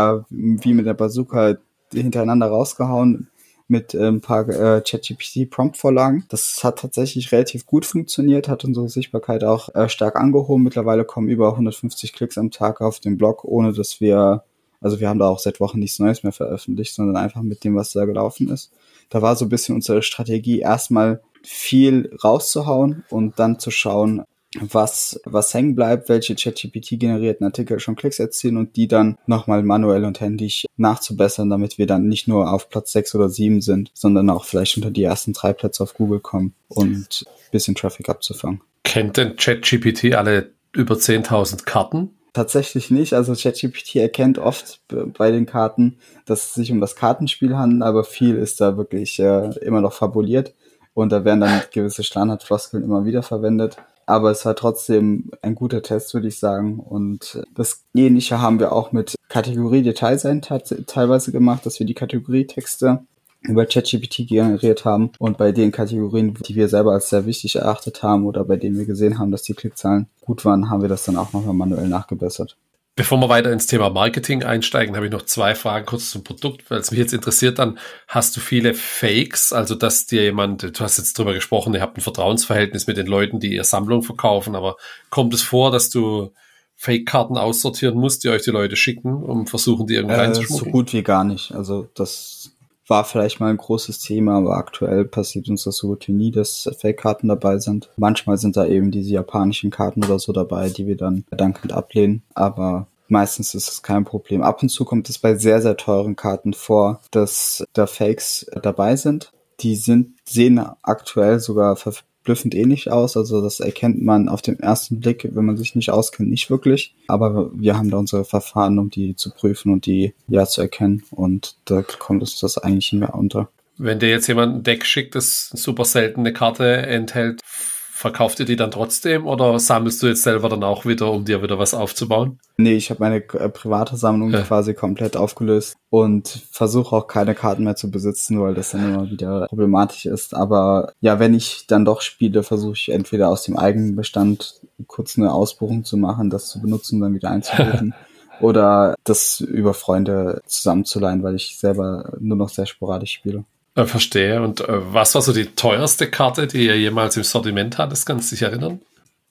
wie mit der Bazooka hintereinander rausgehauen mit ein paar ChatGPT-Prompt-Vorlagen. Das hat tatsächlich relativ gut funktioniert, hat unsere Sichtbarkeit auch stark angehoben. Mittlerweile kommen über 150 Klicks am Tag auf den Blog, ohne dass wir haben da auch seit Wochen nichts Neues mehr veröffentlicht, sondern einfach mit dem, was da gelaufen ist. Da war so ein bisschen unsere Strategie, erstmal viel rauszuhauen und dann zu schauen, was hängen bleibt, welche ChatGPT-generierten Artikel schon Klicks erzielen und die dann nochmal manuell und händisch nachzubessern, damit wir dann nicht nur auf Platz 6 oder 7 sind, sondern auch vielleicht unter die ersten 3 Plätze auf Google kommen und ein bisschen Traffic abzufangen. Kennt denn ChatGPT alle über 10.000 Karten? Tatsächlich nicht. Also ChatGPT erkennt oft bei den Karten, dass es sich um das Kartenspiel handelt, aber viel ist da wirklich immer noch fabuliert und da werden dann gewisse Standardfloskeln immer wieder verwendet. Aber es war trotzdem ein guter Test, würde ich sagen. Und das Ähnliche haben wir auch mit Kategorie-Detailsein teilweise gemacht, dass wir die Kategorietexte über ChatGPT generiert haben und bei den Kategorien, die wir selber als sehr wichtig erachtet haben oder bei denen wir gesehen haben, dass die Klickzahlen gut waren, haben wir das dann auch nochmal manuell nachgebessert. Bevor wir weiter ins Thema Marketing einsteigen, habe ich noch 2 Fragen kurz zum Produkt, weil es mich jetzt interessiert dann, hast du viele Fakes, also dass dir du hast jetzt drüber gesprochen, ihr habt ein Vertrauensverhältnis mit den Leuten, die ihr Sammlung verkaufen, aber kommt es vor, dass du Fake-Karten aussortieren musst, die euch die Leute schicken, um versuchen, die irgendwie reinzuschmuggeln? So gut wie gar nicht. Also das war vielleicht mal ein großes Thema, aber aktuell passiert uns das so gut wie nie, dass Fake-Karten dabei sind. Manchmal sind da eben diese japanischen Karten oder so dabei, die wir dann dankend ablehnen, aber meistens ist es kein Problem. Ab und zu kommt es bei sehr, sehr teuren Karten vor, dass da Fakes dabei sind. Die sehen aktuell sogar verblüffend ähnlich aus, also das erkennt man auf den ersten Blick, wenn man sich nicht auskennt, nicht wirklich. Aber wir haben da unsere Verfahren, um die zu prüfen und die zu erkennen und da kommt uns das eigentlich nicht mehr unter. Wenn dir jetzt jemand ein Deck schickt, das super selten eine Karte enthält, verkauft ihr die dann trotzdem oder sammelst du jetzt selber dann auch wieder, um dir wieder was aufzubauen? Nee, ich habe meine private Sammlung quasi komplett aufgelöst und versuche auch keine Karten mehr zu besitzen, weil das dann immer wieder problematisch ist. Aber ja, wenn ich dann doch spiele, versuche ich entweder aus dem eigenen Bestand kurz eine Ausbuchung zu machen, das zu benutzen und dann wieder einzubuchen. Oder das über Freunde zusammenzuleihen, weil ich selber nur noch sehr sporadisch spiele. Verstehe. Und was war so die teuerste Karte, die ihr jemals im Sortiment hattest? Kannst du dich erinnern?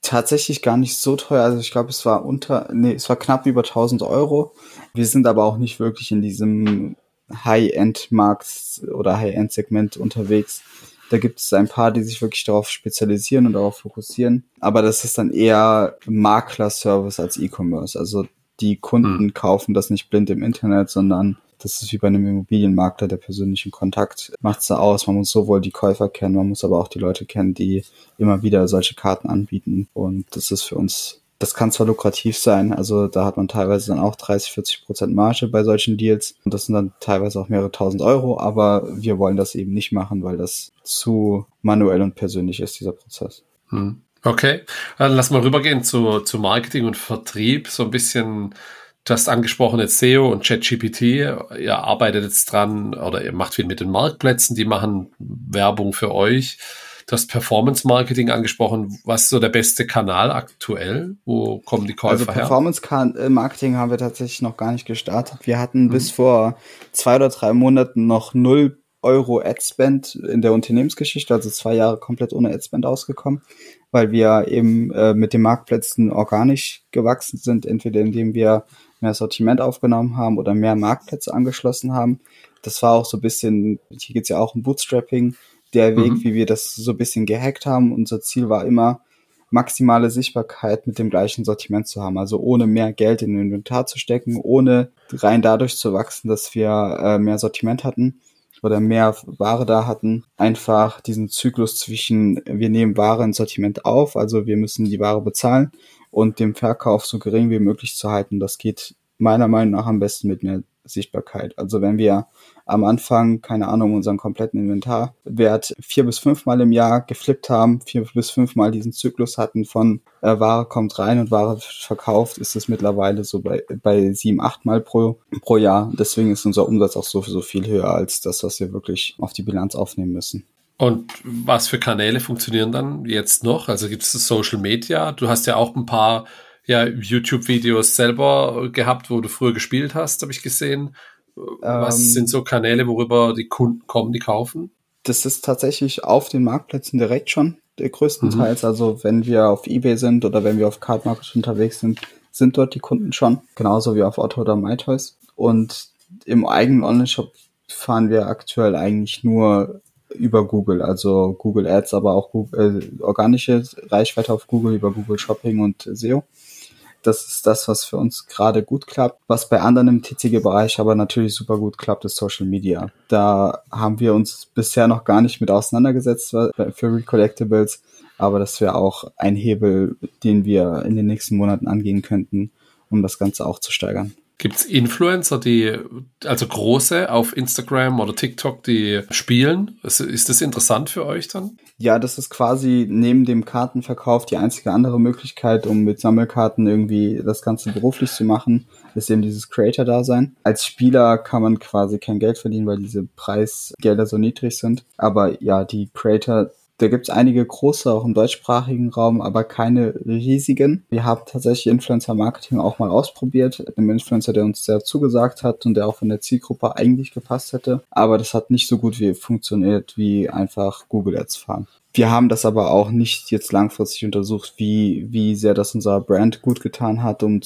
Tatsächlich gar nicht so teuer. Also ich glaube, es war knapp über 1.000 Euro. Wir sind aber auch nicht wirklich in diesem High-End-Markt oder High-End-Segment unterwegs. Da gibt es ein paar, die sich wirklich darauf spezialisieren und darauf fokussieren. Aber das ist dann eher Makler-Service als E-Commerce. Also die Kunden kaufen das nicht blind im Internet, sondern das ist wie bei einem Immobilienmakler, der persönlichen Kontakt macht's da aus. Man muss sowohl die Käufer kennen, man muss aber auch die Leute kennen, die immer wieder solche Karten anbieten. Und das ist für uns, das kann zwar lukrativ sein, also da hat man teilweise dann auch 30-40% Marge bei solchen Deals. Und das sind dann teilweise auch mehrere tausend Euro, aber wir wollen das eben nicht machen, weil das zu manuell und persönlich ist, dieser Prozess. Okay, dann lass mal rübergehen zu Marketing und Vertrieb, so ein bisschen. Du hast angesprochen jetzt SEO und ChatGPT. Ihr arbeitet jetzt dran oder ihr macht viel mit den Marktplätzen, die machen Werbung für euch. Du hast Performance Marketing angesprochen. Was ist so der beste Kanal aktuell? Wo kommen die Käufer her? Also Performance Marketing haben wir tatsächlich noch gar nicht gestartet. Wir hatten bis vor 2 oder 3 Monaten noch 0 Euro Adspend in der Unternehmensgeschichte, also 2 Jahre komplett ohne Adspend ausgekommen, weil wir eben mit den Marktplätzen organisch gewachsen sind, entweder indem wir mehr Sortiment aufgenommen haben oder mehr Marktplätze angeschlossen haben. Das war auch so ein bisschen, hier geht's ja auch um Bootstrapping, der Weg, wie wir das so ein bisschen gehackt haben. Unser Ziel war immer, maximale Sichtbarkeit mit dem gleichen Sortiment zu haben, also ohne mehr Geld in den Inventar zu stecken, ohne rein dadurch zu wachsen, dass wir mehr Sortiment hatten oder mehr Ware da hatten, einfach diesen Zyklus zwischen, wir nehmen Ware ins Sortiment auf, also wir müssen die Ware bezahlen und dem Verkauf so gering wie möglich zu halten. Das geht meiner Meinung nach am besten mit mehr Sichtbarkeit. Also wenn wir am Anfang, keine Ahnung, unseren kompletten Inventarwert 4 bis 5 Mal im Jahr geflippt haben, 4 bis 5 Mal diesen Zyklus hatten von Ware kommt rein und Ware verkauft, ist es mittlerweile so bei 7, 8 Mal pro Jahr. Deswegen ist unser Umsatz auch so viel höher als das, was wir wirklich auf die Bilanz aufnehmen müssen. Und was für Kanäle funktionieren dann jetzt noch? Also gibt es Social Media? Du hast ja auch ein paar YouTube-Videos selber gehabt, wo du früher gespielt hast, habe ich gesehen. Was sind so Kanäle, worüber die Kunden kommen, die kaufen? Das ist tatsächlich auf den Marktplätzen direkt schon größtenteils. Also wenn wir auf eBay sind oder wenn wir auf Cardmarket unterwegs sind dort die Kunden schon. Genauso wie auf Otto oder MyToys. Und im eigenen Online-Shop fahren wir aktuell eigentlich nur über Google, also Google Ads, aber auch organische Reichweite auf Google über Google Shopping und SEO. Das ist das, was für uns gerade gut klappt. Was bei anderen im TCG-Bereich aber natürlich super gut klappt, ist Social Media. Da haben wir uns bisher noch gar nicht mit auseinandergesetzt für Recollectibles, aber das wäre auch ein Hebel, den wir in den nächsten Monaten angehen könnten, um das Ganze auch zu steigern. Gibt es Influencer, also große auf Instagram oder TikTok, die spielen? Ist das interessant für euch dann? Ja, das ist quasi neben dem Kartenverkauf die einzige andere Möglichkeit, um mit Sammelkarten irgendwie das Ganze beruflich zu machen, ist eben dieses Creator-Dasein. Als Spieler kann man quasi kein Geld verdienen, weil diese Preisgelder so niedrig sind. Aber ja, die Creator, da gibt's einige große, auch im deutschsprachigen Raum, aber keine riesigen. Wir haben tatsächlich Influencer-Marketing auch mal ausprobiert. Einem Influencer, der uns sehr zugesagt hat und der auch von der Zielgruppe eigentlich gepasst hätte. Aber das hat nicht so gut funktioniert wie einfach Google Ads fahren. Wir haben das aber auch nicht jetzt langfristig untersucht, wie sehr das unserer Brand gut getan hat, um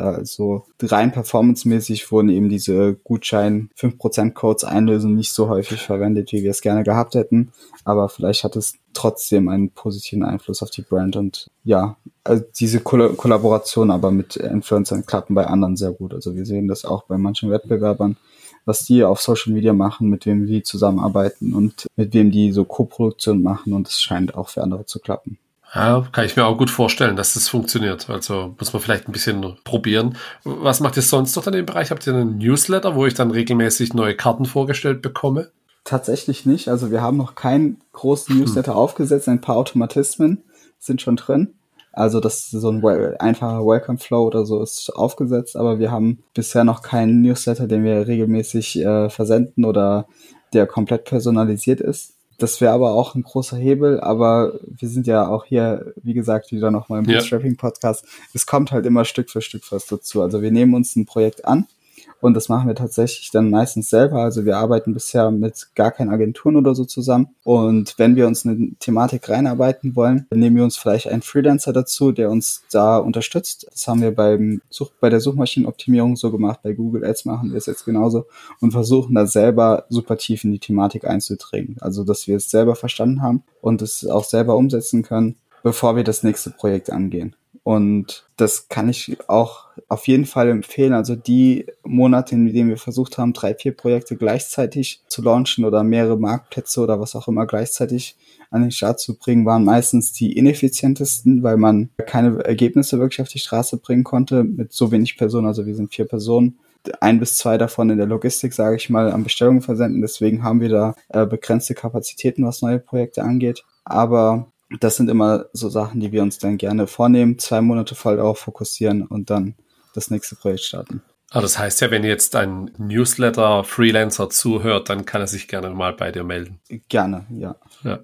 so rein performancemäßig wurden eben diese Gutschein 5% Codes einlösen nicht so häufig verwendet, wie wir es gerne gehabt hätten. Aber vielleicht hat es trotzdem einen positiven Einfluss auf die Brand und ja, also diese Kollaboration aber mit Influencern klappen bei anderen sehr gut. Also wir sehen das auch bei manchen Wettbewerbern, was die auf Social Media machen, mit wem die zusammenarbeiten und mit wem die so Co-Produktion machen und es scheint auch für andere zu klappen. Ja, kann ich mir auch gut vorstellen, dass das funktioniert. Also muss man vielleicht ein bisschen probieren. Was macht ihr sonst noch in dem Bereich? Habt ihr einen Newsletter, wo ich dann regelmäßig neue Karten vorgestellt bekomme? Tatsächlich nicht. Also wir haben noch keinen großen Newsletter aufgesetzt. Ein paar Automatismen sind schon drin. Also das ist so ein einfacher Welcome Flow oder so ist aufgesetzt, aber wir haben bisher noch keinen Newsletter, den wir regelmäßig versenden oder der komplett personalisiert ist. Das wäre aber auch ein großer Hebel, aber wir sind ja auch hier, wie gesagt, wieder nochmal im Bootstrapping-Podcast. Es kommt halt immer Stück für Stück was dazu. Also wir nehmen uns ein Projekt an Und das machen wir tatsächlich dann meistens selber. Also wir arbeiten bisher mit gar keinen Agenturen oder so zusammen. Und wenn wir uns eine Thematik reinarbeiten wollen, dann nehmen wir uns vielleicht einen Freelancer dazu, der uns da unterstützt. Das haben wir bei der Suchmaschinenoptimierung so gemacht. Bei Google Ads machen wir es jetzt genauso und versuchen da selber super tief in die Thematik einzudringen. Also dass wir es selber verstanden haben und es auch selber umsetzen können, bevor wir das nächste Projekt angehen. Und das kann ich auch auf jeden Fall empfehlen. Also die Monate, in denen wir versucht haben, 3-4 Projekte gleichzeitig zu launchen oder mehrere Marktplätze oder was auch immer gleichzeitig an den Start zu bringen, waren meistens die ineffizientesten, weil man keine Ergebnisse wirklich auf die Straße bringen konnte mit so wenig Personen. Also wir sind 4 Personen. 1 bis 2 davon in der Logistik, sage ich mal, an Bestellungen versenden. Deswegen haben wir da begrenzte Kapazitäten, was neue Projekte angeht. Aber das sind immer so Sachen, die wir uns dann gerne vornehmen, 2 Monate voll darauf fokussieren und dann das nächste Projekt starten. Aber das heißt ja, wenn jetzt ein Newsletter-Freelancer zuhört, dann kann er sich gerne mal bei dir melden. Gerne, ja.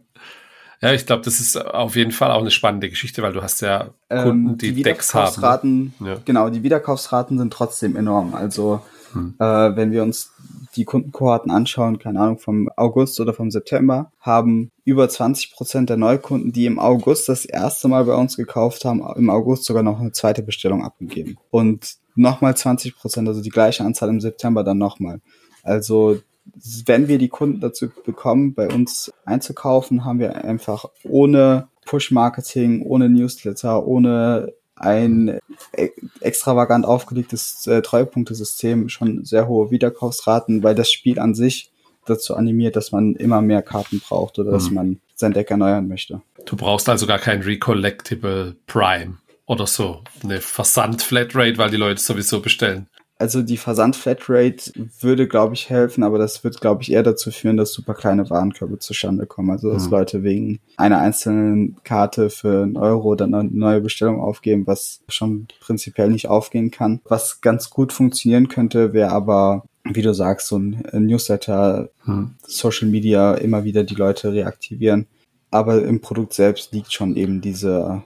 Ja, ich glaube, das ist auf jeden Fall auch eine spannende Geschichte, weil du hast ja Kunden, die Decks haben. Ne? Ja. Genau, die Wiederkaufsraten sind trotzdem enorm. Also wenn wir uns die Kundenkohorten anschauen, keine Ahnung, vom August oder vom September, haben über 20% der Neukunden, die im August das erste Mal bei uns gekauft haben, im August sogar noch eine zweite Bestellung abgegeben. Und nochmal 20%, also die gleiche Anzahl im September dann nochmal. Also wenn wir die Kunden dazu bekommen, bei uns einzukaufen, haben wir einfach ohne Push-Marketing, ohne Newsletter, ohne ein extravagant aufgelegtes Treupunktesystem schon sehr hohe Wiederkaufsraten, weil das Spiel an sich dazu animiert, dass man immer mehr Karten braucht oder dass man sein Deck erneuern möchte. Du brauchst also gar kein Recollectible Prime oder so, eine Versand-Flatrate, weil die Leute sowieso bestellen. Also die Versand-Flatrate würde, glaube ich, helfen, aber das wird, glaube ich, eher dazu führen, dass super kleine Warenkörbe zustande kommen. Also dass Leute wegen einer einzelnen Karte für €1 dann eine neue Bestellung aufgeben, was schon prinzipiell nicht aufgehen kann. Was ganz gut funktionieren könnte, wäre aber, wie du sagst, so ein Newsletter, Social Media, immer wieder die Leute reaktivieren. Aber im Produkt selbst liegt schon eben diese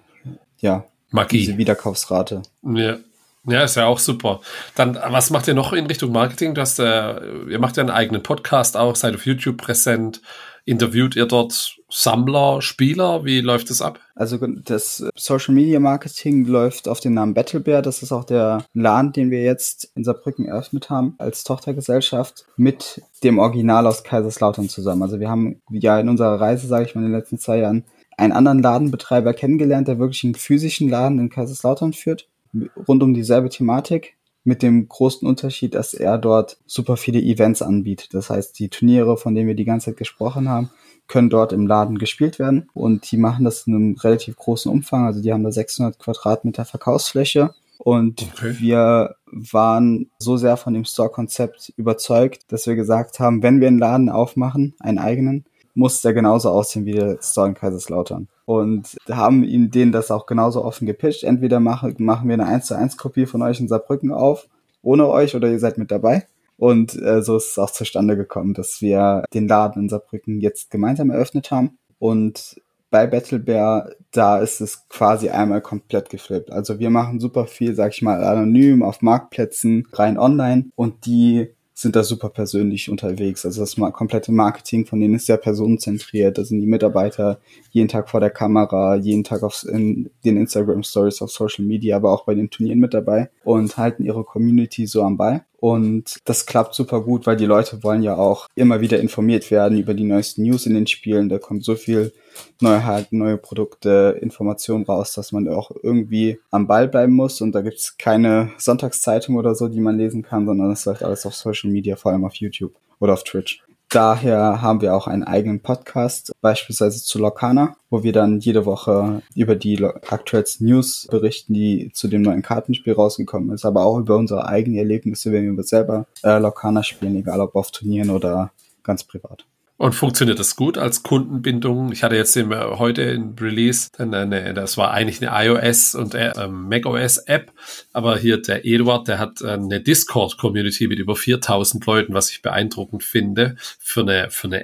Magie, diese Wiederkaufsrate. Ja. Ja, ist ja auch super. Dann, was macht ihr noch in Richtung Marketing? Ihr macht ja einen eigenen Podcast auch, seid auf YouTube präsent. Interviewt ihr dort Sammler, Spieler? Wie läuft das ab? Also das Social Media Marketing läuft auf den Namen BattleBear. Das ist auch der Laden, den wir jetzt in Saarbrücken eröffnet haben als Tochtergesellschaft mit dem Original aus Kaiserslautern zusammen. Also wir haben ja in unserer Reise, sage ich mal, in den letzten 2 Jahren einen anderen Ladenbetreiber kennengelernt, der wirklich einen physischen Laden in Kaiserslautern führt, rund um dieselbe Thematik, mit dem großen Unterschied, dass er dort super viele Events anbietet. Das heißt, die Turniere, von denen wir die ganze Zeit gesprochen haben, können dort im Laden gespielt werden und die machen das in einem relativ großen Umfang. Also die haben da 600 Quadratmeter Verkaufsfläche und wir waren so sehr von dem Store-Konzept überzeugt, dass wir gesagt haben, wenn wir einen Laden aufmachen, einen eigenen, muss der genauso aussehen wie der Store in Kaiserslautern. Und haben ihm denen das auch genauso offen gepitcht. Entweder machen wir eine 1:1 Kopie von euch in Saarbrücken auf, ohne euch, oder ihr seid mit dabei. Und so ist es auch zustande gekommen, dass wir den Laden in Saarbrücken jetzt gemeinsam eröffnet haben. Und bei BattleBear, da ist es quasi einmal komplett geflippt. Also wir machen super viel, sag ich mal, anonym auf Marktplätzen, rein online. Und die sind da super persönlich unterwegs. Also das komplette Marketing von denen ist sehr personenzentriert. Da sind die Mitarbeiter jeden Tag vor der Kamera, jeden Tag in den Instagram-Stories auf Social Media, aber auch bei den Turnieren mit dabei und halten ihre Community so am Ball. Und das klappt super gut, weil die Leute wollen ja auch immer wieder informiert werden über die neuesten News in den Spielen. Da kommt so viel Neuheiten, neue Produkte, Informationen raus, dass man auch irgendwie am Ball bleiben muss. Und da gibt's keine Sonntagszeitung oder so, die man lesen kann, sondern das läuft alles auf Social Media, vor allem auf YouTube oder auf Twitch. Daher haben wir auch einen eigenen Podcast, beispielsweise zu Lorcana, wo wir dann jede Woche über die aktuellsten News berichten, die zu dem neuen Kartenspiel rausgekommen ist, aber auch über unsere eigenen Erlebnisse, wenn wir selber Lorcana spielen, egal ob auf Turnieren oder ganz privat. Und funktioniert das gut als Kundenbindung? Ich hatte jetzt heute in Release das war eigentlich eine iOS und macOS App, aber hier der Eduard, der hat eine Discord-Community mit über 4.000 Leuten, was ich beeindruckend finde für eine App.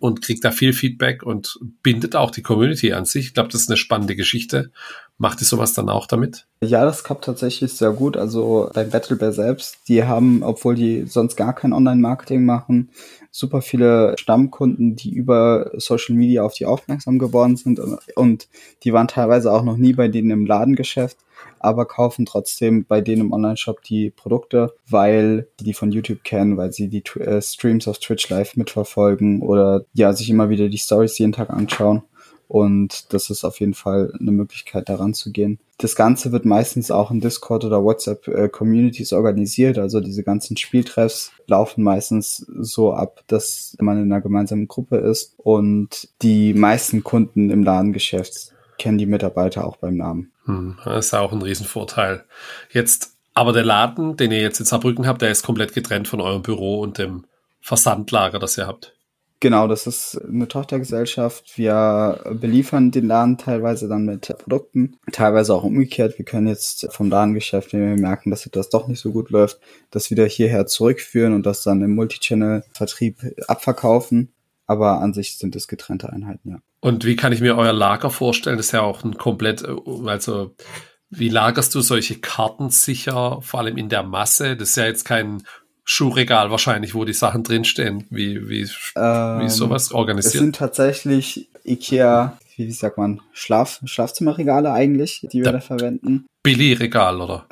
und kriegt da viel Feedback und bindet auch die Community an sich. Ich glaube, das ist eine spannende Geschichte. Macht ihr sowas dann auch damit? Ja, das klappt tatsächlich sehr gut. Also bei BattleBear selbst, die haben, obwohl die sonst gar kein Online-Marketing machen, super viele Stammkunden, die über Social Media auf die aufmerksam geworden sind und die waren teilweise auch noch nie bei denen im Ladengeschäft, aber kaufen trotzdem bei denen im Online-Shop die Produkte, weil die von YouTube kennen, weil sie die Streams auf Twitch Live mitverfolgen oder ja, sich immer wieder die Stories jeden Tag anschauen. Und das ist auf jeden Fall eine Möglichkeit, daran zu gehen. Das Ganze wird meistens auch in Discord oder WhatsApp-Communities organisiert. Also diese ganzen Spieltreffs laufen meistens so ab, dass man in einer gemeinsamen Gruppe ist. Und die meisten Kunden im Ladengeschäft kennen die Mitarbeiter auch beim Namen. Das ist auch ein Riesenvorteil. Jetzt, aber der Laden, den ihr jetzt in Saarbrücken habt, der ist komplett getrennt von eurem Büro und dem Versandlager, das ihr habt. Genau, das ist eine Tochtergesellschaft. Wir beliefern den Laden teilweise dann mit Produkten, teilweise auch umgekehrt. Wir können jetzt vom Ladengeschäft, wenn wir merken, dass das doch nicht so gut läuft, das wieder hierher zurückführen und das dann im Multichannel-Vertrieb abverkaufen. Aber an sich sind es getrennte Einheiten, ja. Und wie kann ich mir euer Lager vorstellen? Das ist ja auch ein komplett, also wie lagerst du solche Karten sicher, vor allem in der Masse? Das ist ja jetzt kein Schuhregal wahrscheinlich, wo die Sachen drinstehen. Wie ist sowas organisiert? Es sind tatsächlich IKEA, wie sagt man, Schlafzimmerregale eigentlich, die wir da verwenden. Billy-Regal, oder?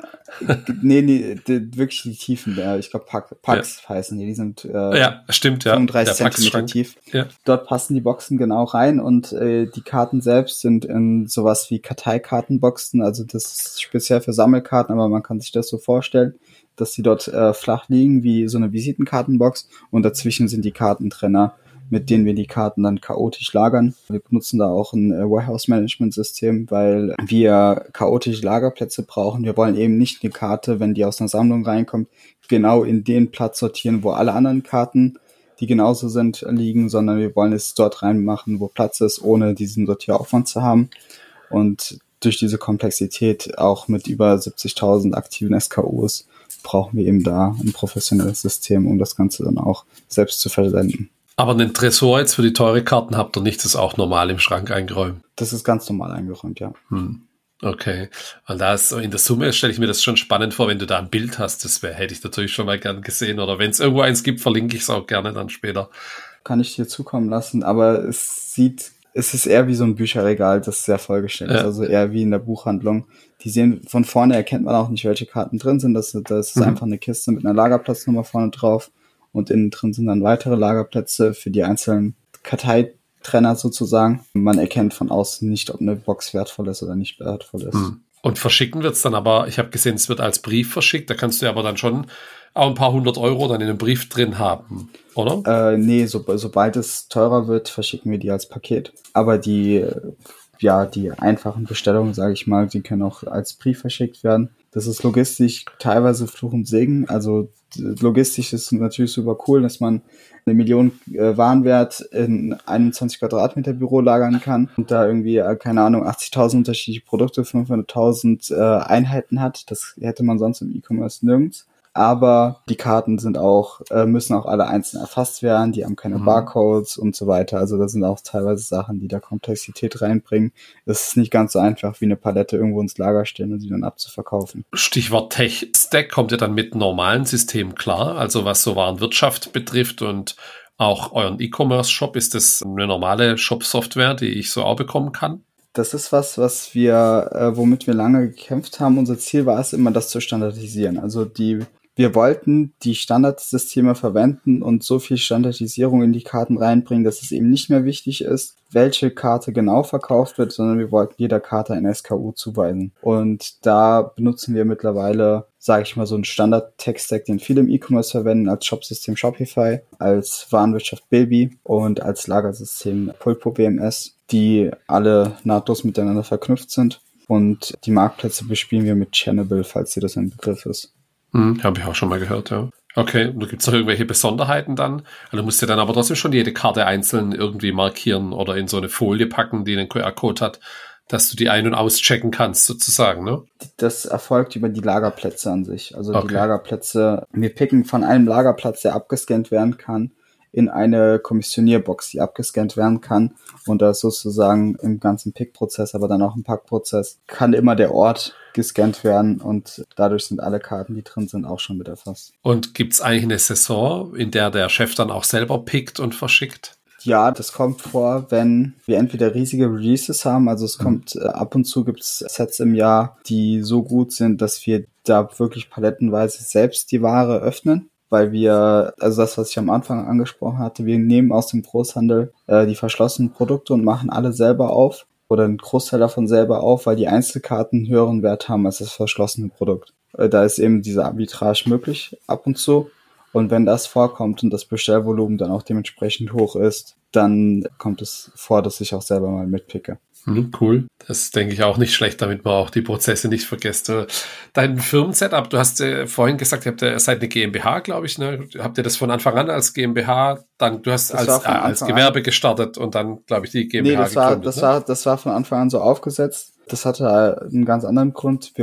Nee, wirklich die Tiefen. Ich glaube, Packs heißen die. Die sind ja, stimmt, ja. 35 Zentimeter tief. Ja. Dort passen die Boxen genau rein und die Karten selbst sind in sowas wie Karteikartenboxen. Also das ist speziell für Sammelkarten, aber man kann sich das so vorstellen, dass die dort flach liegen wie so eine Visitenkartenbox und dazwischen sind die Kartentrenner, mit denen wir die Karten dann chaotisch lagern. Wir benutzen da auch ein Warehouse-Management-System, weil wir chaotische Lagerplätze brauchen. Wir wollen eben nicht eine Karte, wenn die aus einer Sammlung reinkommt, genau in den Platz sortieren, wo alle anderen Karten, die genauso sind, liegen, sondern wir wollen es dort reinmachen, wo Platz ist, ohne diesen Sortieraufwand zu haben. Und durch diese Komplexität, auch mit über 70.000 aktiven SKUs, brauchen wir eben da ein professionelles System, um das Ganze dann auch selbst zu versenden. Aber einen Tresor jetzt für die teure Karten habt ihr nicht, das ist auch normal im Schrank eingeräumt? Das ist ganz normal eingeräumt, ja. Okay. Und da ist in der Summe, stelle ich mir das schon spannend vor, wenn du da ein Bild hast, hätte ich natürlich schon mal gern gesehen. Oder wenn es irgendwo eins gibt, verlinke ich es auch gerne dann später. Kann ich dir zukommen lassen, aber es ist eher wie so ein Bücherregal, das sehr vollgestellt ist, also eher wie in der Buchhandlung. Die sehen, von vorne erkennt man auch nicht, welche Karten drin sind. Das ist einfach eine Kiste mit einer Lagerplatznummer vorne drauf und innen drin sind dann weitere Lagerplätze für die einzelnen Karteitrenner sozusagen. Man erkennt von außen nicht, ob eine Box wertvoll ist oder nicht wertvoll ist. Und verschicken wird's dann aber, ich habe gesehen, es wird als Brief verschickt, da kannst du aber dann schon auch ein paar 100 Euro dann in einem Brief drin haben, oder? Nee, sobald es teurer wird, verschicken wir die als Paket. Aber die einfachen Bestellungen, sage ich mal, die können auch als Brief verschickt werden. Das ist logistisch teilweise Fluch und Segen. Also logistisch ist natürlich super cool, dass man 1 Million Warenwert in 21 Quadratmeter Büro lagern kann und da irgendwie, keine Ahnung, 80.000 unterschiedliche Produkte, 500.000 Einheiten hat. Das hätte man sonst im E-Commerce nirgends. Aber die Karten sind müssen auch alle einzeln erfasst werden, die haben keine Barcodes und so weiter. Also da sind auch teilweise Sachen, die da Komplexität reinbringen. Es ist nicht ganz so einfach, wie eine Palette irgendwo ins Lager stellen und sie dann abzuverkaufen. Stichwort Tech-Stack kommt ja dann mit normalen Systemen klar, also was so Warenwirtschaft betrifft und auch euren E-Commerce-Shop. Ist das eine normale Shop-Software, die ich so auch bekommen kann? Das ist was wir, womit wir lange gekämpft haben. Unser Ziel war es immer, das zu standardisieren. Also wir wollten die Standardsysteme verwenden und so viel Standardisierung in die Karten reinbringen, dass es eben nicht mehr wichtig ist, welche Karte genau verkauft wird, sondern wir wollten jeder Karte ein SKU zuweisen. Und da benutzen wir mittlerweile, sage ich mal, so einen Standard-Tech-Stack, den viele im E-Commerce verwenden, als Shopsystem Shopify, als Warenwirtschaft Bilby und als Lagersystem Pulpo WMS, die alle nahtlos miteinander verknüpft sind. Und die Marktplätze bespielen wir mit Channable, falls dir das ein Begriff ist. Habe ich auch schon mal gehört, ja. Okay, und gibt es noch irgendwelche Besonderheiten dann? Also du musst ja dann aber trotzdem schon jede Karte einzeln irgendwie markieren oder in so eine Folie packen, die einen QR-Code hat, dass du die ein- und auschecken kannst, sozusagen, ne? Das erfolgt über die Lagerplätze an sich. Also Die Lagerplätze, wir picken von einem Lagerplatz, der abgescannt werden kann, in eine Kommissionierbox, die abgescannt werden kann. Und da ist sozusagen im ganzen Pick-Prozess, aber dann auch im Pack-Prozess, kann immer der Ort gescannt werden und dadurch sind alle Karten, die drin sind, auch schon mit erfasst. Und gibt's eigentlich eine Saison, in der der Chef dann auch selber pickt und verschickt? Ja, das kommt vor, wenn wir entweder riesige Releases haben, also es kommt ab und zu gibt's Sets im Jahr, die so gut sind, dass wir da wirklich palettenweise selbst die Ware öffnen, weil wir, also das, was ich am Anfang angesprochen hatte, wir nehmen aus dem Großhandel die verschlossenen Produkte und machen alle selber auf oder einen Großteil davon selber auf, weil die Einzelkarten einen höheren Wert haben als das verschlossene Produkt. Da ist eben diese Arbitrage möglich ab und zu. Und wenn das vorkommt und das Bestellvolumen dann auch dementsprechend hoch ist, dann kommt es vor, dass ich auch selber mal mitpicke. Cool. Das denke ich auch nicht schlecht, damit man auch die Prozesse nicht vergisst. Dein Firmensetup, du hast vorhin gesagt, ihr seid eine GmbH, glaube ich, ne? Habt ihr das von Anfang an als GmbH, dann du hast als Gewerbe gestartet und dann, glaube ich, die GmbH gegründet? Das war von Anfang an so aufgesetzt. Das hatte einen ganz anderen Grund.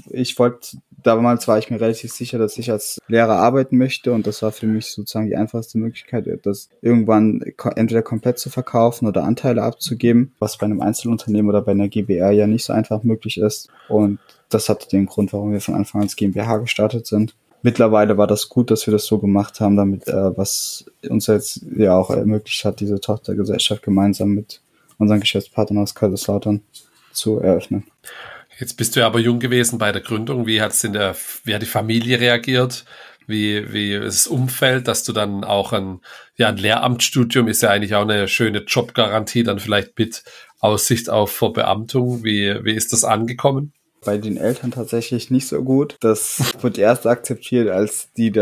Damals war ich mir relativ sicher, dass ich als Lehrer arbeiten möchte und das war für mich sozusagen die einfachste Möglichkeit, das irgendwann entweder komplett zu verkaufen oder Anteile abzugeben, was bei einem Einzelunternehmen oder bei einer GbR ja nicht so einfach möglich ist. Und das hatte den Grund, warum wir von Anfang an als GmbH gestartet sind. Mittlerweile war das gut, dass wir das so gemacht haben, damit was uns jetzt ja auch ermöglicht hat, diese Tochtergesellschaft gemeinsam mit unseren Geschäftspartnern aus Kaiserslautern zu eröffnen. Jetzt bist du ja aber jung gewesen bei der Gründung. Wie hat die Familie reagiert? Wie das Umfeld, dass du dann auch ein Lehramtsstudium ist ja eigentlich auch eine schöne Jobgarantie, dann vielleicht mit Aussicht auf Verbeamtung. Wie ist das angekommen? Bei den Eltern tatsächlich nicht so gut. Das wurde erst akzeptiert, als wir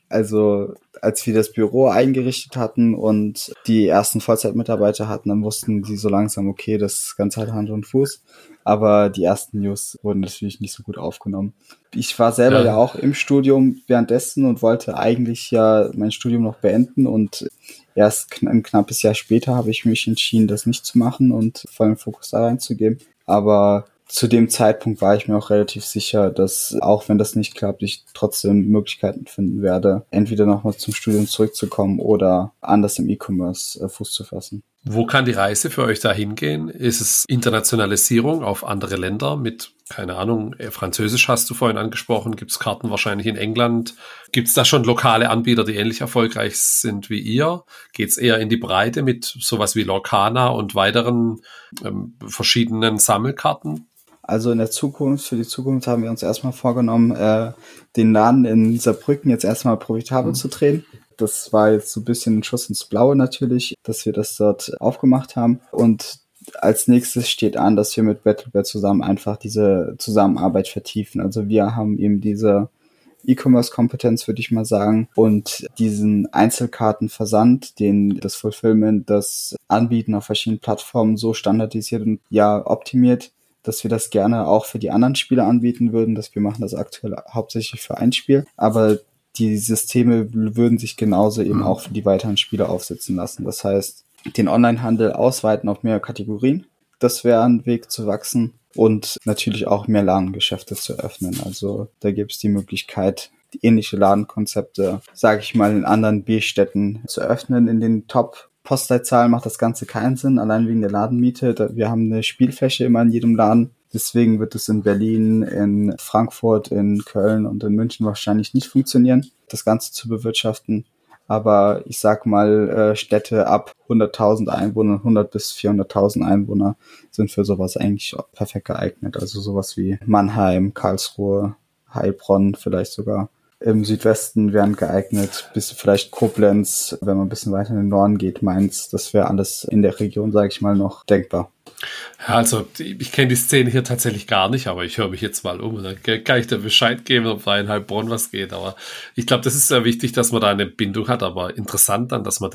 das Büro eingerichtet hatten und die ersten Vollzeitmitarbeiter hatten, dann wussten die so langsam, okay, das Ganze hat Hand und Fuß. Aber die ersten News wurden natürlich nicht so gut aufgenommen. Ich war selber ja auch im Studium währenddessen und wollte eigentlich ja mein Studium noch beenden und erst ein knappes Jahr später habe ich mich entschieden, das nicht zu machen und vollen Fokus da reinzugeben. Aber zu dem Zeitpunkt war ich mir auch relativ sicher, dass auch wenn das nicht klappt, ich trotzdem Möglichkeiten finden werde, entweder nochmal zum Studium zurückzukommen oder anders im E-Commerce Fuß zu fassen. Wo kann die Reise für euch da hingehen? Ist es Internationalisierung auf andere Länder mit, keine Ahnung, Französisch hast du vorhin angesprochen, gibt es Karten wahrscheinlich in England? Gibt es da schon lokale Anbieter, die ähnlich erfolgreich sind wie ihr? Geht es eher in die Breite mit sowas wie Lorcana und weiteren verschiedenen Sammelkarten? Also für die Zukunft haben wir uns erstmal vorgenommen, den Laden in Saarbrücken jetzt erstmal profitabel zu drehen. Das war jetzt so ein bisschen ein Schuss ins Blaue natürlich, dass wir das dort aufgemacht haben. Und als nächstes steht an, dass wir mit Battlebird zusammen einfach diese Zusammenarbeit vertiefen. Also wir haben eben diese E-Commerce-Kompetenz, würde ich mal sagen, und diesen Einzelkartenversand, das Fulfillment, das Anbieten auf verschiedenen Plattformen so standardisiert und optimiert, dass wir das gerne auch für die anderen Spiele anbieten würden. Wir machen das aktuell hauptsächlich für ein Spiel, aber die Systeme würden sich genauso eben auch für die weiteren Spiele aufsetzen lassen. Das heißt, den Onlinehandel ausweiten auf mehr Kategorien. Das wäre ein Weg zu wachsen und natürlich auch mehr Ladengeschäfte zu öffnen. Also da gibt es die Möglichkeit, ähnliche Ladenkonzepte, sage ich mal, in anderen B-Städten zu öffnen. In den Top-Postleitzahlen macht das Ganze keinen Sinn, allein wegen der Ladenmiete. Wir haben eine Spielfläche immer in jedem Laden. Deswegen wird es in Berlin, in Frankfurt, in Köln und in München wahrscheinlich nicht funktionieren, das Ganze zu bewirtschaften. Aber ich sag mal, Städte ab 100.000 Einwohnern, 100 bis 400.000 Einwohner sind für sowas eigentlich perfekt geeignet. Also sowas wie Mannheim, Karlsruhe, Heilbronn vielleicht sogar. Im Südwesten wären geeignet, bis vielleicht Koblenz, wenn man ein bisschen weiter in den Norden geht, Mainz. Das wäre alles in der Region, sage ich mal, noch denkbar. Ja, also ich kenne die Szene hier tatsächlich gar nicht, aber ich höre mich jetzt mal um und dann kann ich dir Bescheid geben, ob da in Heilbronn was geht. Aber ich glaube, das ist sehr wichtig, dass man da eine Bindung hat, aber interessant dann, dass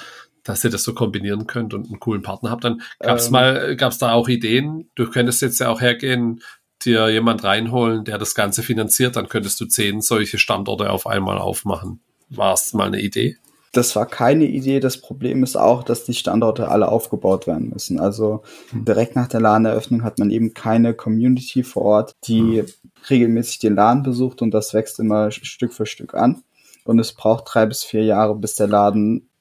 ihr das so kombinieren könnt und einen coolen Partner habt. Dann gab's da auch Ideen? Du könntest jetzt ja auch hergehen, dir jemand reinholen, der das Ganze finanziert, dann könntest du 10 solche Standorte auf einmal aufmachen. War es mal eine Idee? Das war keine Idee. Das Problem ist auch, dass die Standorte alle aufgebaut werden müssen. Also direkt nach der Ladeneröffnung hat man eben keine Community vor Ort, die regelmäßig den Laden besucht und das wächst immer Stück für Stück an. Und es braucht 3 bis 4 Jahre, bis der Laden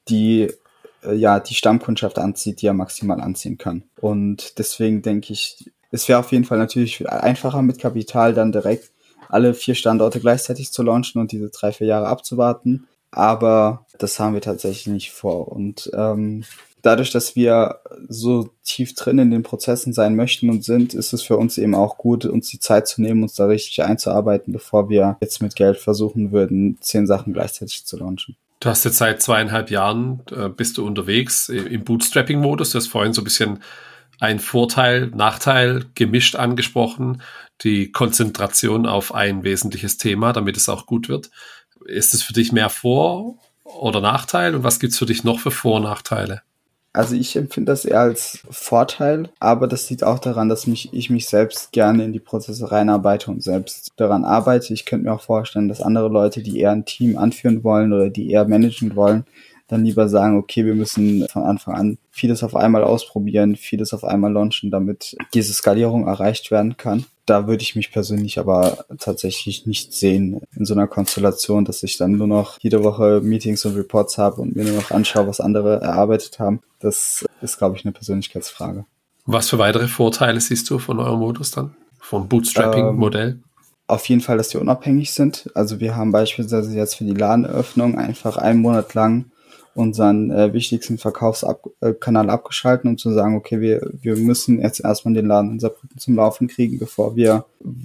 die die Stammkundschaft anzieht, die er maximal anziehen kann. Und deswegen denke ich, es wäre auf jeden Fall natürlich einfacher mit Kapital dann direkt alle 4 Standorte gleichzeitig zu launchen und diese 3-4 Jahre abzuwarten. Aber das haben wir tatsächlich nicht vor. Und dadurch, dass wir so tief drin in den Prozessen sein möchten und sind, ist es für uns eben auch gut, uns die Zeit zu nehmen, uns da richtig einzuarbeiten, bevor wir jetzt mit Geld versuchen würden, 10 Sachen gleichzeitig zu launchen. Du hast jetzt seit 2,5 Jahren, bist du unterwegs im Bootstrapping-Modus. Du hast vorhin so ein bisschen ein Vorteil, Nachteil gemischt angesprochen. Die Konzentration auf ein wesentliches Thema, damit es auch gut wird. Ist es für dich mehr Vor- oder Nachteil? Und was gibt's für dich noch für Vor- und Nachteile? Also ich empfinde das eher als Vorteil, aber das liegt auch daran, dass ich mich selbst gerne in die Prozesse reinarbeite und selbst daran arbeite. Ich könnte mir auch vorstellen, dass andere Leute, die eher ein Team anführen wollen oder die eher managen wollen, dann lieber sagen, okay, wir müssen von Anfang an vieles auf einmal ausprobieren, vieles auf einmal launchen, damit diese Skalierung erreicht werden kann. Da würde ich mich persönlich aber tatsächlich nicht sehen in so einer Konstellation, dass ich dann nur noch jede Woche Meetings und Reports habe und mir nur noch anschaue, was andere erarbeitet haben. Das ist, glaube ich, eine Persönlichkeitsfrage. Was für weitere Vorteile siehst du von eurem Modus dann? Vom Bootstrapping-Modell? Auf jeden Fall, dass die unabhängig sind. Also wir haben beispielsweise jetzt für die Ladeneröffnung einfach 1 Monat lang unseren wichtigsten Verkaufskanal abgeschalten, um zu sagen, okay, wir müssen jetzt erstmal den Laden in Saarbrücken zum Laufen kriegen, bevor wir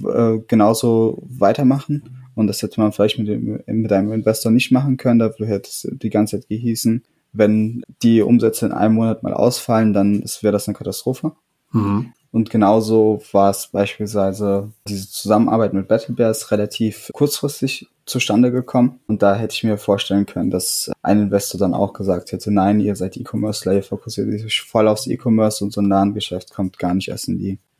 genauso weitermachen. Und das hätte man vielleicht mit einem Investor nicht machen können. Dafür hätte es die ganze Zeit gehießen, wenn die Umsätze in einem Monat mal ausfallen, dann wäre das eine Katastrophe. Mhm. Und genauso war es beispielsweise diese Zusammenarbeit mit Battle Bears relativ kurzfristig zustande gekommen. Und da hätte ich mir vorstellen können, dass ein Investor dann auch gesagt hätte, nein, ihr seid E-Commerce-Layer, ihr fokussiert euch voll aufs E-Commerce und so ein Ladengeschäft kommt gar nicht erst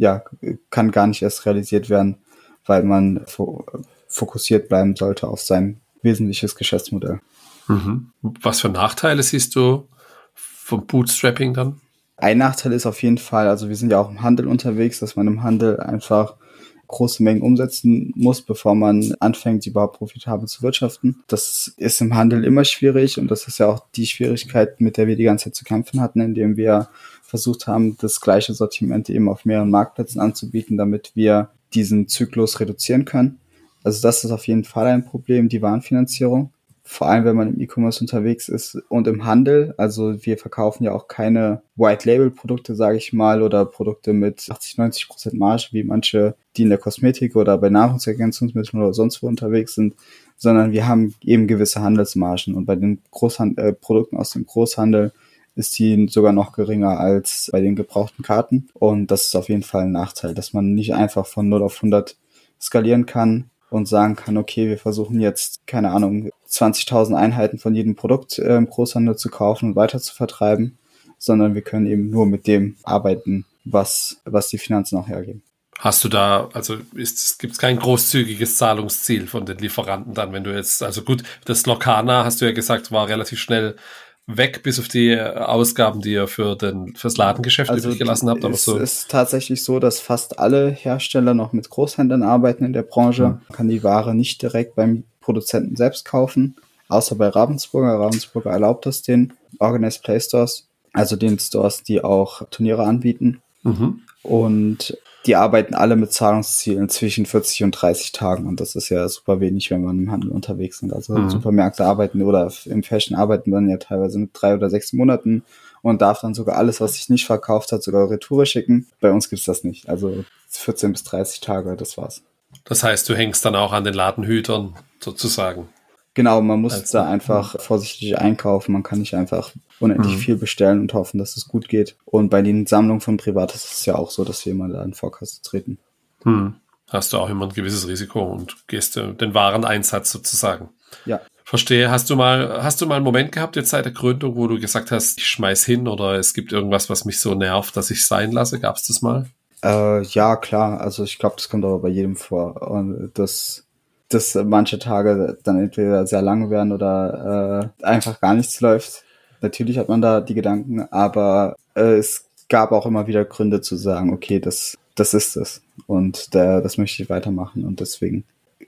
kann gar nicht erst realisiert werden, weil man fokussiert bleiben sollte auf sein wesentliches Geschäftsmodell. Mhm. Was für Nachteile siehst du vom Bootstrapping dann? Ein Nachteil ist auf jeden Fall, also wir sind ja auch im Handel unterwegs, dass man im Handel einfach große Mengen umsetzen muss, bevor man anfängt, überhaupt profitabel zu wirtschaften. Das ist im Handel immer schwierig und das ist ja auch die Schwierigkeit, mit der wir die ganze Zeit zu kämpfen hatten, indem wir versucht haben, das gleiche Sortiment eben auf mehreren Marktplätzen anzubieten, damit wir diesen Zyklus reduzieren können. Also das ist auf jeden Fall ein Problem, die Warenfinanzierung. Vor allem, wenn man im E-Commerce unterwegs ist und im Handel. Also wir verkaufen ja auch keine White-Label-Produkte, sage ich mal, oder Produkte mit 80-90% Marge, wie manche, die in der Kosmetik oder bei Nahrungsergänzungsmitteln oder sonst wo unterwegs sind, sondern wir haben eben gewisse Handelsmargen. Und bei den Produkten aus dem Großhandel ist die sogar noch geringer als bei den gebrauchten Karten. Und das ist auf jeden Fall ein Nachteil, dass man nicht einfach von 0 auf 100 skalieren kann und sagen kann, okay, wir versuchen jetzt, keine Ahnung, 20.000 Einheiten von jedem Produkt im Großhandel zu kaufen und weiter zu vertreiben, sondern wir können eben nur mit dem arbeiten, was die Finanzen auch hergeben. Hast du da, also gibt es kein großzügiges Zahlungsziel von den Lieferanten dann, wenn du jetzt, also gut, das Lorcaner, hast du ja gesagt, war relativ schnell weg, bis auf die Ausgaben, die ihr fürs Ladengeschäft übrig gelassen habt. Aber es ist tatsächlich so, dass fast alle Hersteller noch mit Großhändlern arbeiten in der Branche. Man kann die Ware nicht direkt beim Produzenten selbst kaufen, außer bei Ravensburger. Ravensburger erlaubt das den Organized Play Stores, also den Stores, die auch Turniere anbieten. Mhm. Und die arbeiten alle mit Zahlungszielen zwischen 40 und 30 Tagen. Und das ist ja super wenig, wenn man im Handel unterwegs sind. Also Supermärkte arbeiten oder im Fashion arbeiten dann ja teilweise mit 3 oder 6 Monaten und darf dann sogar alles, was sich nicht verkauft hat, sogar Retoure schicken. Bei uns gibt's das nicht. Also 14 bis 30 Tage, das war's. Das heißt, du hängst dann auch an den Ladenhütern sozusagen. Genau, man muss da einfach vorsichtig einkaufen. Man kann nicht einfach unendlich viel bestellen und hoffen, dass es gut geht. Und bei den Sammlungen von Privat ist es ja auch so, dass wir immer da in Vorkasse treten. Hast du auch immer ein gewisses Risiko und gehst den Wareneinsatz sozusagen. Ja. Verstehe. Hast du mal einen Moment gehabt jetzt seit der Gründung, wo du gesagt hast, ich schmeiß hin oder es gibt irgendwas, was mich so nervt, dass ich es sein lasse? Gab es das mal? Ja, klar. Also ich glaube, das kommt aber bei jedem vor. Und dass manche Tage dann entweder sehr lang werden oder einfach gar nichts läuft. Natürlich hat man da die Gedanken, aber es gab auch immer wieder Gründe zu sagen, okay, das ist es und das möchte ich weitermachen und deswegen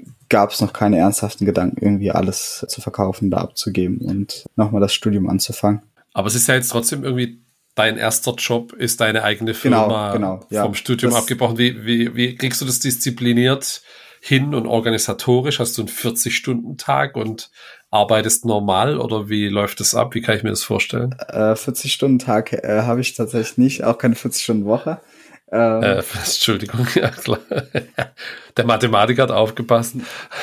gab es noch keine ernsthaften Gedanken, irgendwie alles zu verkaufen, da abzugeben und nochmal das Studium anzufangen. Aber es ist ja jetzt trotzdem irgendwie dein erster Job, ist deine eigene Firma ja. vom Studium abgebrochen. Wie kriegst du das diszipliniert hin und organisatorisch? Hast du einen 40-Stunden-Tag und arbeitest normal oder wie läuft das ab? Wie kann ich mir das vorstellen? 40-Stunden-Tag habe ich tatsächlich nicht, auch keine 40-Stunden-Woche. Entschuldigung, ja klar. Der Mathematiker hat aufgepasst.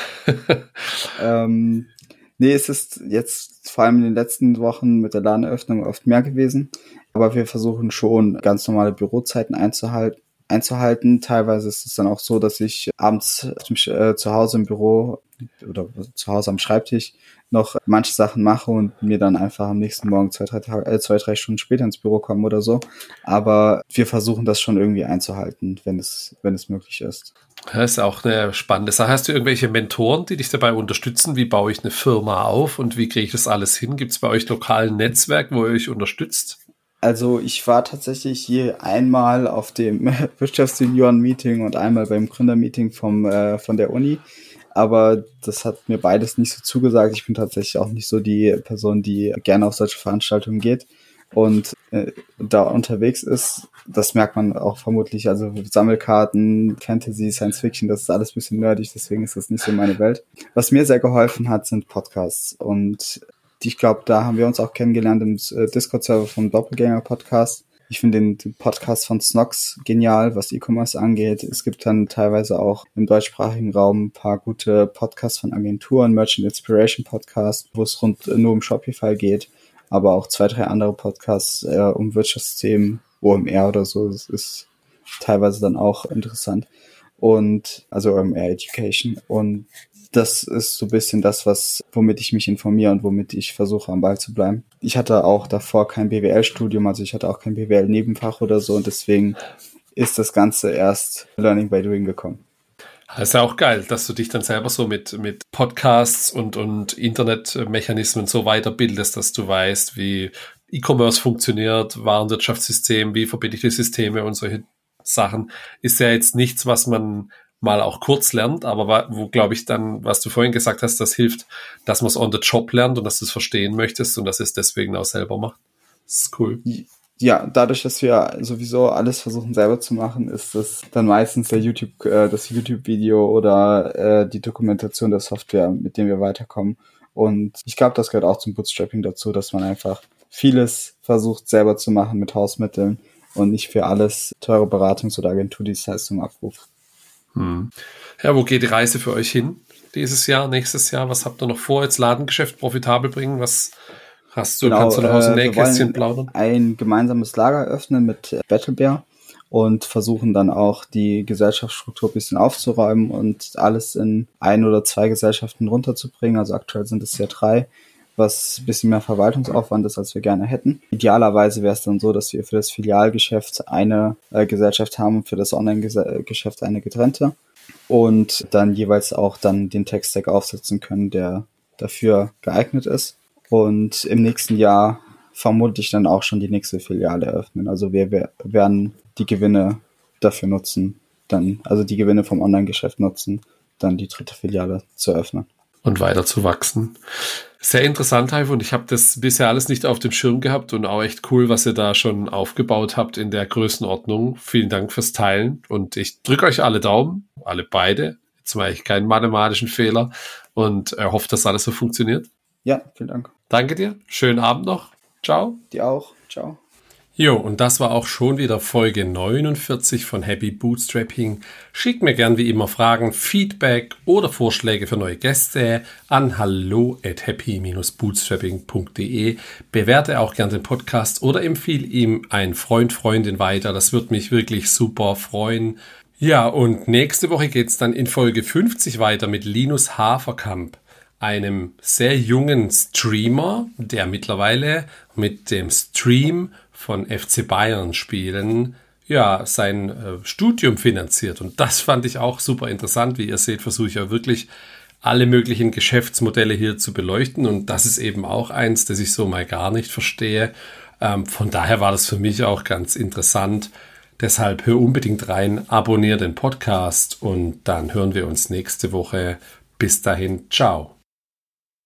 Nee, es ist jetzt vor allem in den letzten Wochen mit der Ladeneröffnung oft mehr gewesen. Aber wir versuchen schon, ganz normale Bürozeiten einzuhalten. Teilweise ist es dann auch so, dass ich abends zu Hause im Büro oder zu Hause am Schreibtisch noch manche Sachen mache und mir dann einfach am nächsten Morgen 2-3 Stunden später ins Büro komme oder so. Aber wir versuchen das schon irgendwie einzuhalten, wenn es möglich ist. Das ist auch eine spannende Sache. Hast du irgendwelche Mentoren, die dich dabei unterstützen? Wie baue ich eine Firma auf und wie kriege ich das alles hin? Gibt es bei euch lokalen Netzwerk, wo ihr euch unterstützt? Also ich war tatsächlich je einmal auf dem Wirtschaftssenioren-Meeting und einmal beim Gründermeeting von der Uni. Aber das hat mir beides nicht so zugesagt. Ich bin tatsächlich auch nicht so die Person, die gerne auf solche Veranstaltungen geht und da unterwegs ist. Das merkt man auch vermutlich. Also Sammelkarten, Fantasy, Science Fiction, das ist alles ein bisschen nerdig, deswegen ist das nicht so meine Welt. Was mir sehr geholfen hat, sind Podcasts. Und ich glaube, da haben wir uns auch kennengelernt im Discord-Server vom Doppelgänger-Podcast. Ich finde den Podcast von Snox genial, was E-Commerce angeht. Es gibt dann teilweise auch im deutschsprachigen Raum ein paar gute Podcasts von Agenturen, Merchant Inspiration Podcast, wo es nur um Shopify geht, aber auch 2-3 andere Podcasts um Wirtschaftsthemen, OMR oder so. Das ist teilweise dann auch interessant. Und also OMR Education. Und das ist so ein bisschen das, womit ich mich informiere und womit ich versuche, am Ball zu bleiben. Ich hatte auch davor kein BWL-Studium, also ich hatte auch kein BWL-Nebenfach oder so und deswegen ist das Ganze erst Learning by Doing gekommen. Das ist ja auch geil, dass du dich dann selber so mit Podcasts und Internetmechanismen so weiterbildest, dass du weißt, wie E-Commerce funktioniert, Warenwirtschaftssystem, wie verbinde ich die Systeme und solche Sachen. Ist ja jetzt nichts, was man mal auch kurz lernt, aber wo, glaube ich, dann, was du vorhin gesagt hast, das hilft, dass man es on the job lernt und dass du es verstehen möchtest und dass es deswegen auch selber macht. Das ist cool. Ja, dadurch, dass wir sowieso alles versuchen selber zu machen, ist es dann meistens das YouTube-Video oder die Dokumentation der Software, mit dem wir weiterkommen. Und ich glaube, das gehört auch zum Bootstrapping dazu, dass man einfach vieles versucht selber zu machen mit Hausmitteln und nicht für alles teure Beratungs- oder Agenturdienstleistungen abruft. Ja, wo geht die Reise für euch hin dieses Jahr, nächstes Jahr? Was habt ihr noch vor? Jetzt Ladengeschäft profitabel bringen? Was hast du? Genau, kannst du noch aus dem Nähkästchen plaudern? Ein gemeinsames Lager öffnen mit Battlebear und versuchen dann auch die Gesellschaftsstruktur ein bisschen aufzuräumen und alles in 1 oder 2 Gesellschaften runterzubringen. Also aktuell sind es ja 3, was ein bisschen mehr Verwaltungsaufwand ist, als wir gerne hätten. Idealerweise wäre es dann so, dass wir für das Filialgeschäft eine Gesellschaft haben und für das Online-Geschäft eine getrennte und dann jeweils auch dann den Tech-Stack aufsetzen können, der dafür geeignet ist. Und im nächsten Jahr vermutlich dann auch schon die nächste Filiale eröffnen. Also wir werden die Gewinne dafür nutzen, also die Gewinne vom Online-Geschäft nutzen, dann die 3. Filiale zu öffnen. Und weiter zu wachsen. Sehr interessant, Heif, und ich habe das bisher alles nicht auf dem Schirm gehabt und auch echt cool, was ihr da schon aufgebaut habt in der Größenordnung. Vielen Dank fürs Teilen und ich drücke euch alle Daumen, alle beide. Jetzt mache ich keinen mathematischen Fehler und hoffe, dass alles so funktioniert. Ja, vielen Dank. Danke dir. Schönen Abend noch. Ciao. Dir auch. Ciao. Jo, und das war auch schon wieder Folge 49 von Happy Bootstrapping. Schickt mir gern wie immer Fragen, Feedback oder Vorschläge für neue Gäste an hallo@happy-bootstrapping.de. Bewerte auch gern den Podcast oder empfehle ihm einen Freund, Freundin weiter. Das würde mich wirklich super freuen. Ja, und nächste Woche geht's dann in Folge 50 weiter mit Linus Haferkamp, einem sehr jungen Streamer, der mittlerweile mit dem Stream von FC Bayern Spielen sein Studium finanziert. Und das fand ich auch super interessant. Wie ihr seht, versuche ich ja wirklich alle möglichen Geschäftsmodelle hier zu beleuchten. Und das ist eben auch eins, das ich so mal gar nicht verstehe. Von daher war das für mich auch ganz interessant, Deshalb hör unbedingt rein, abonniere den Podcast und dann hören wir uns nächste Woche. Bis dahin, ciao.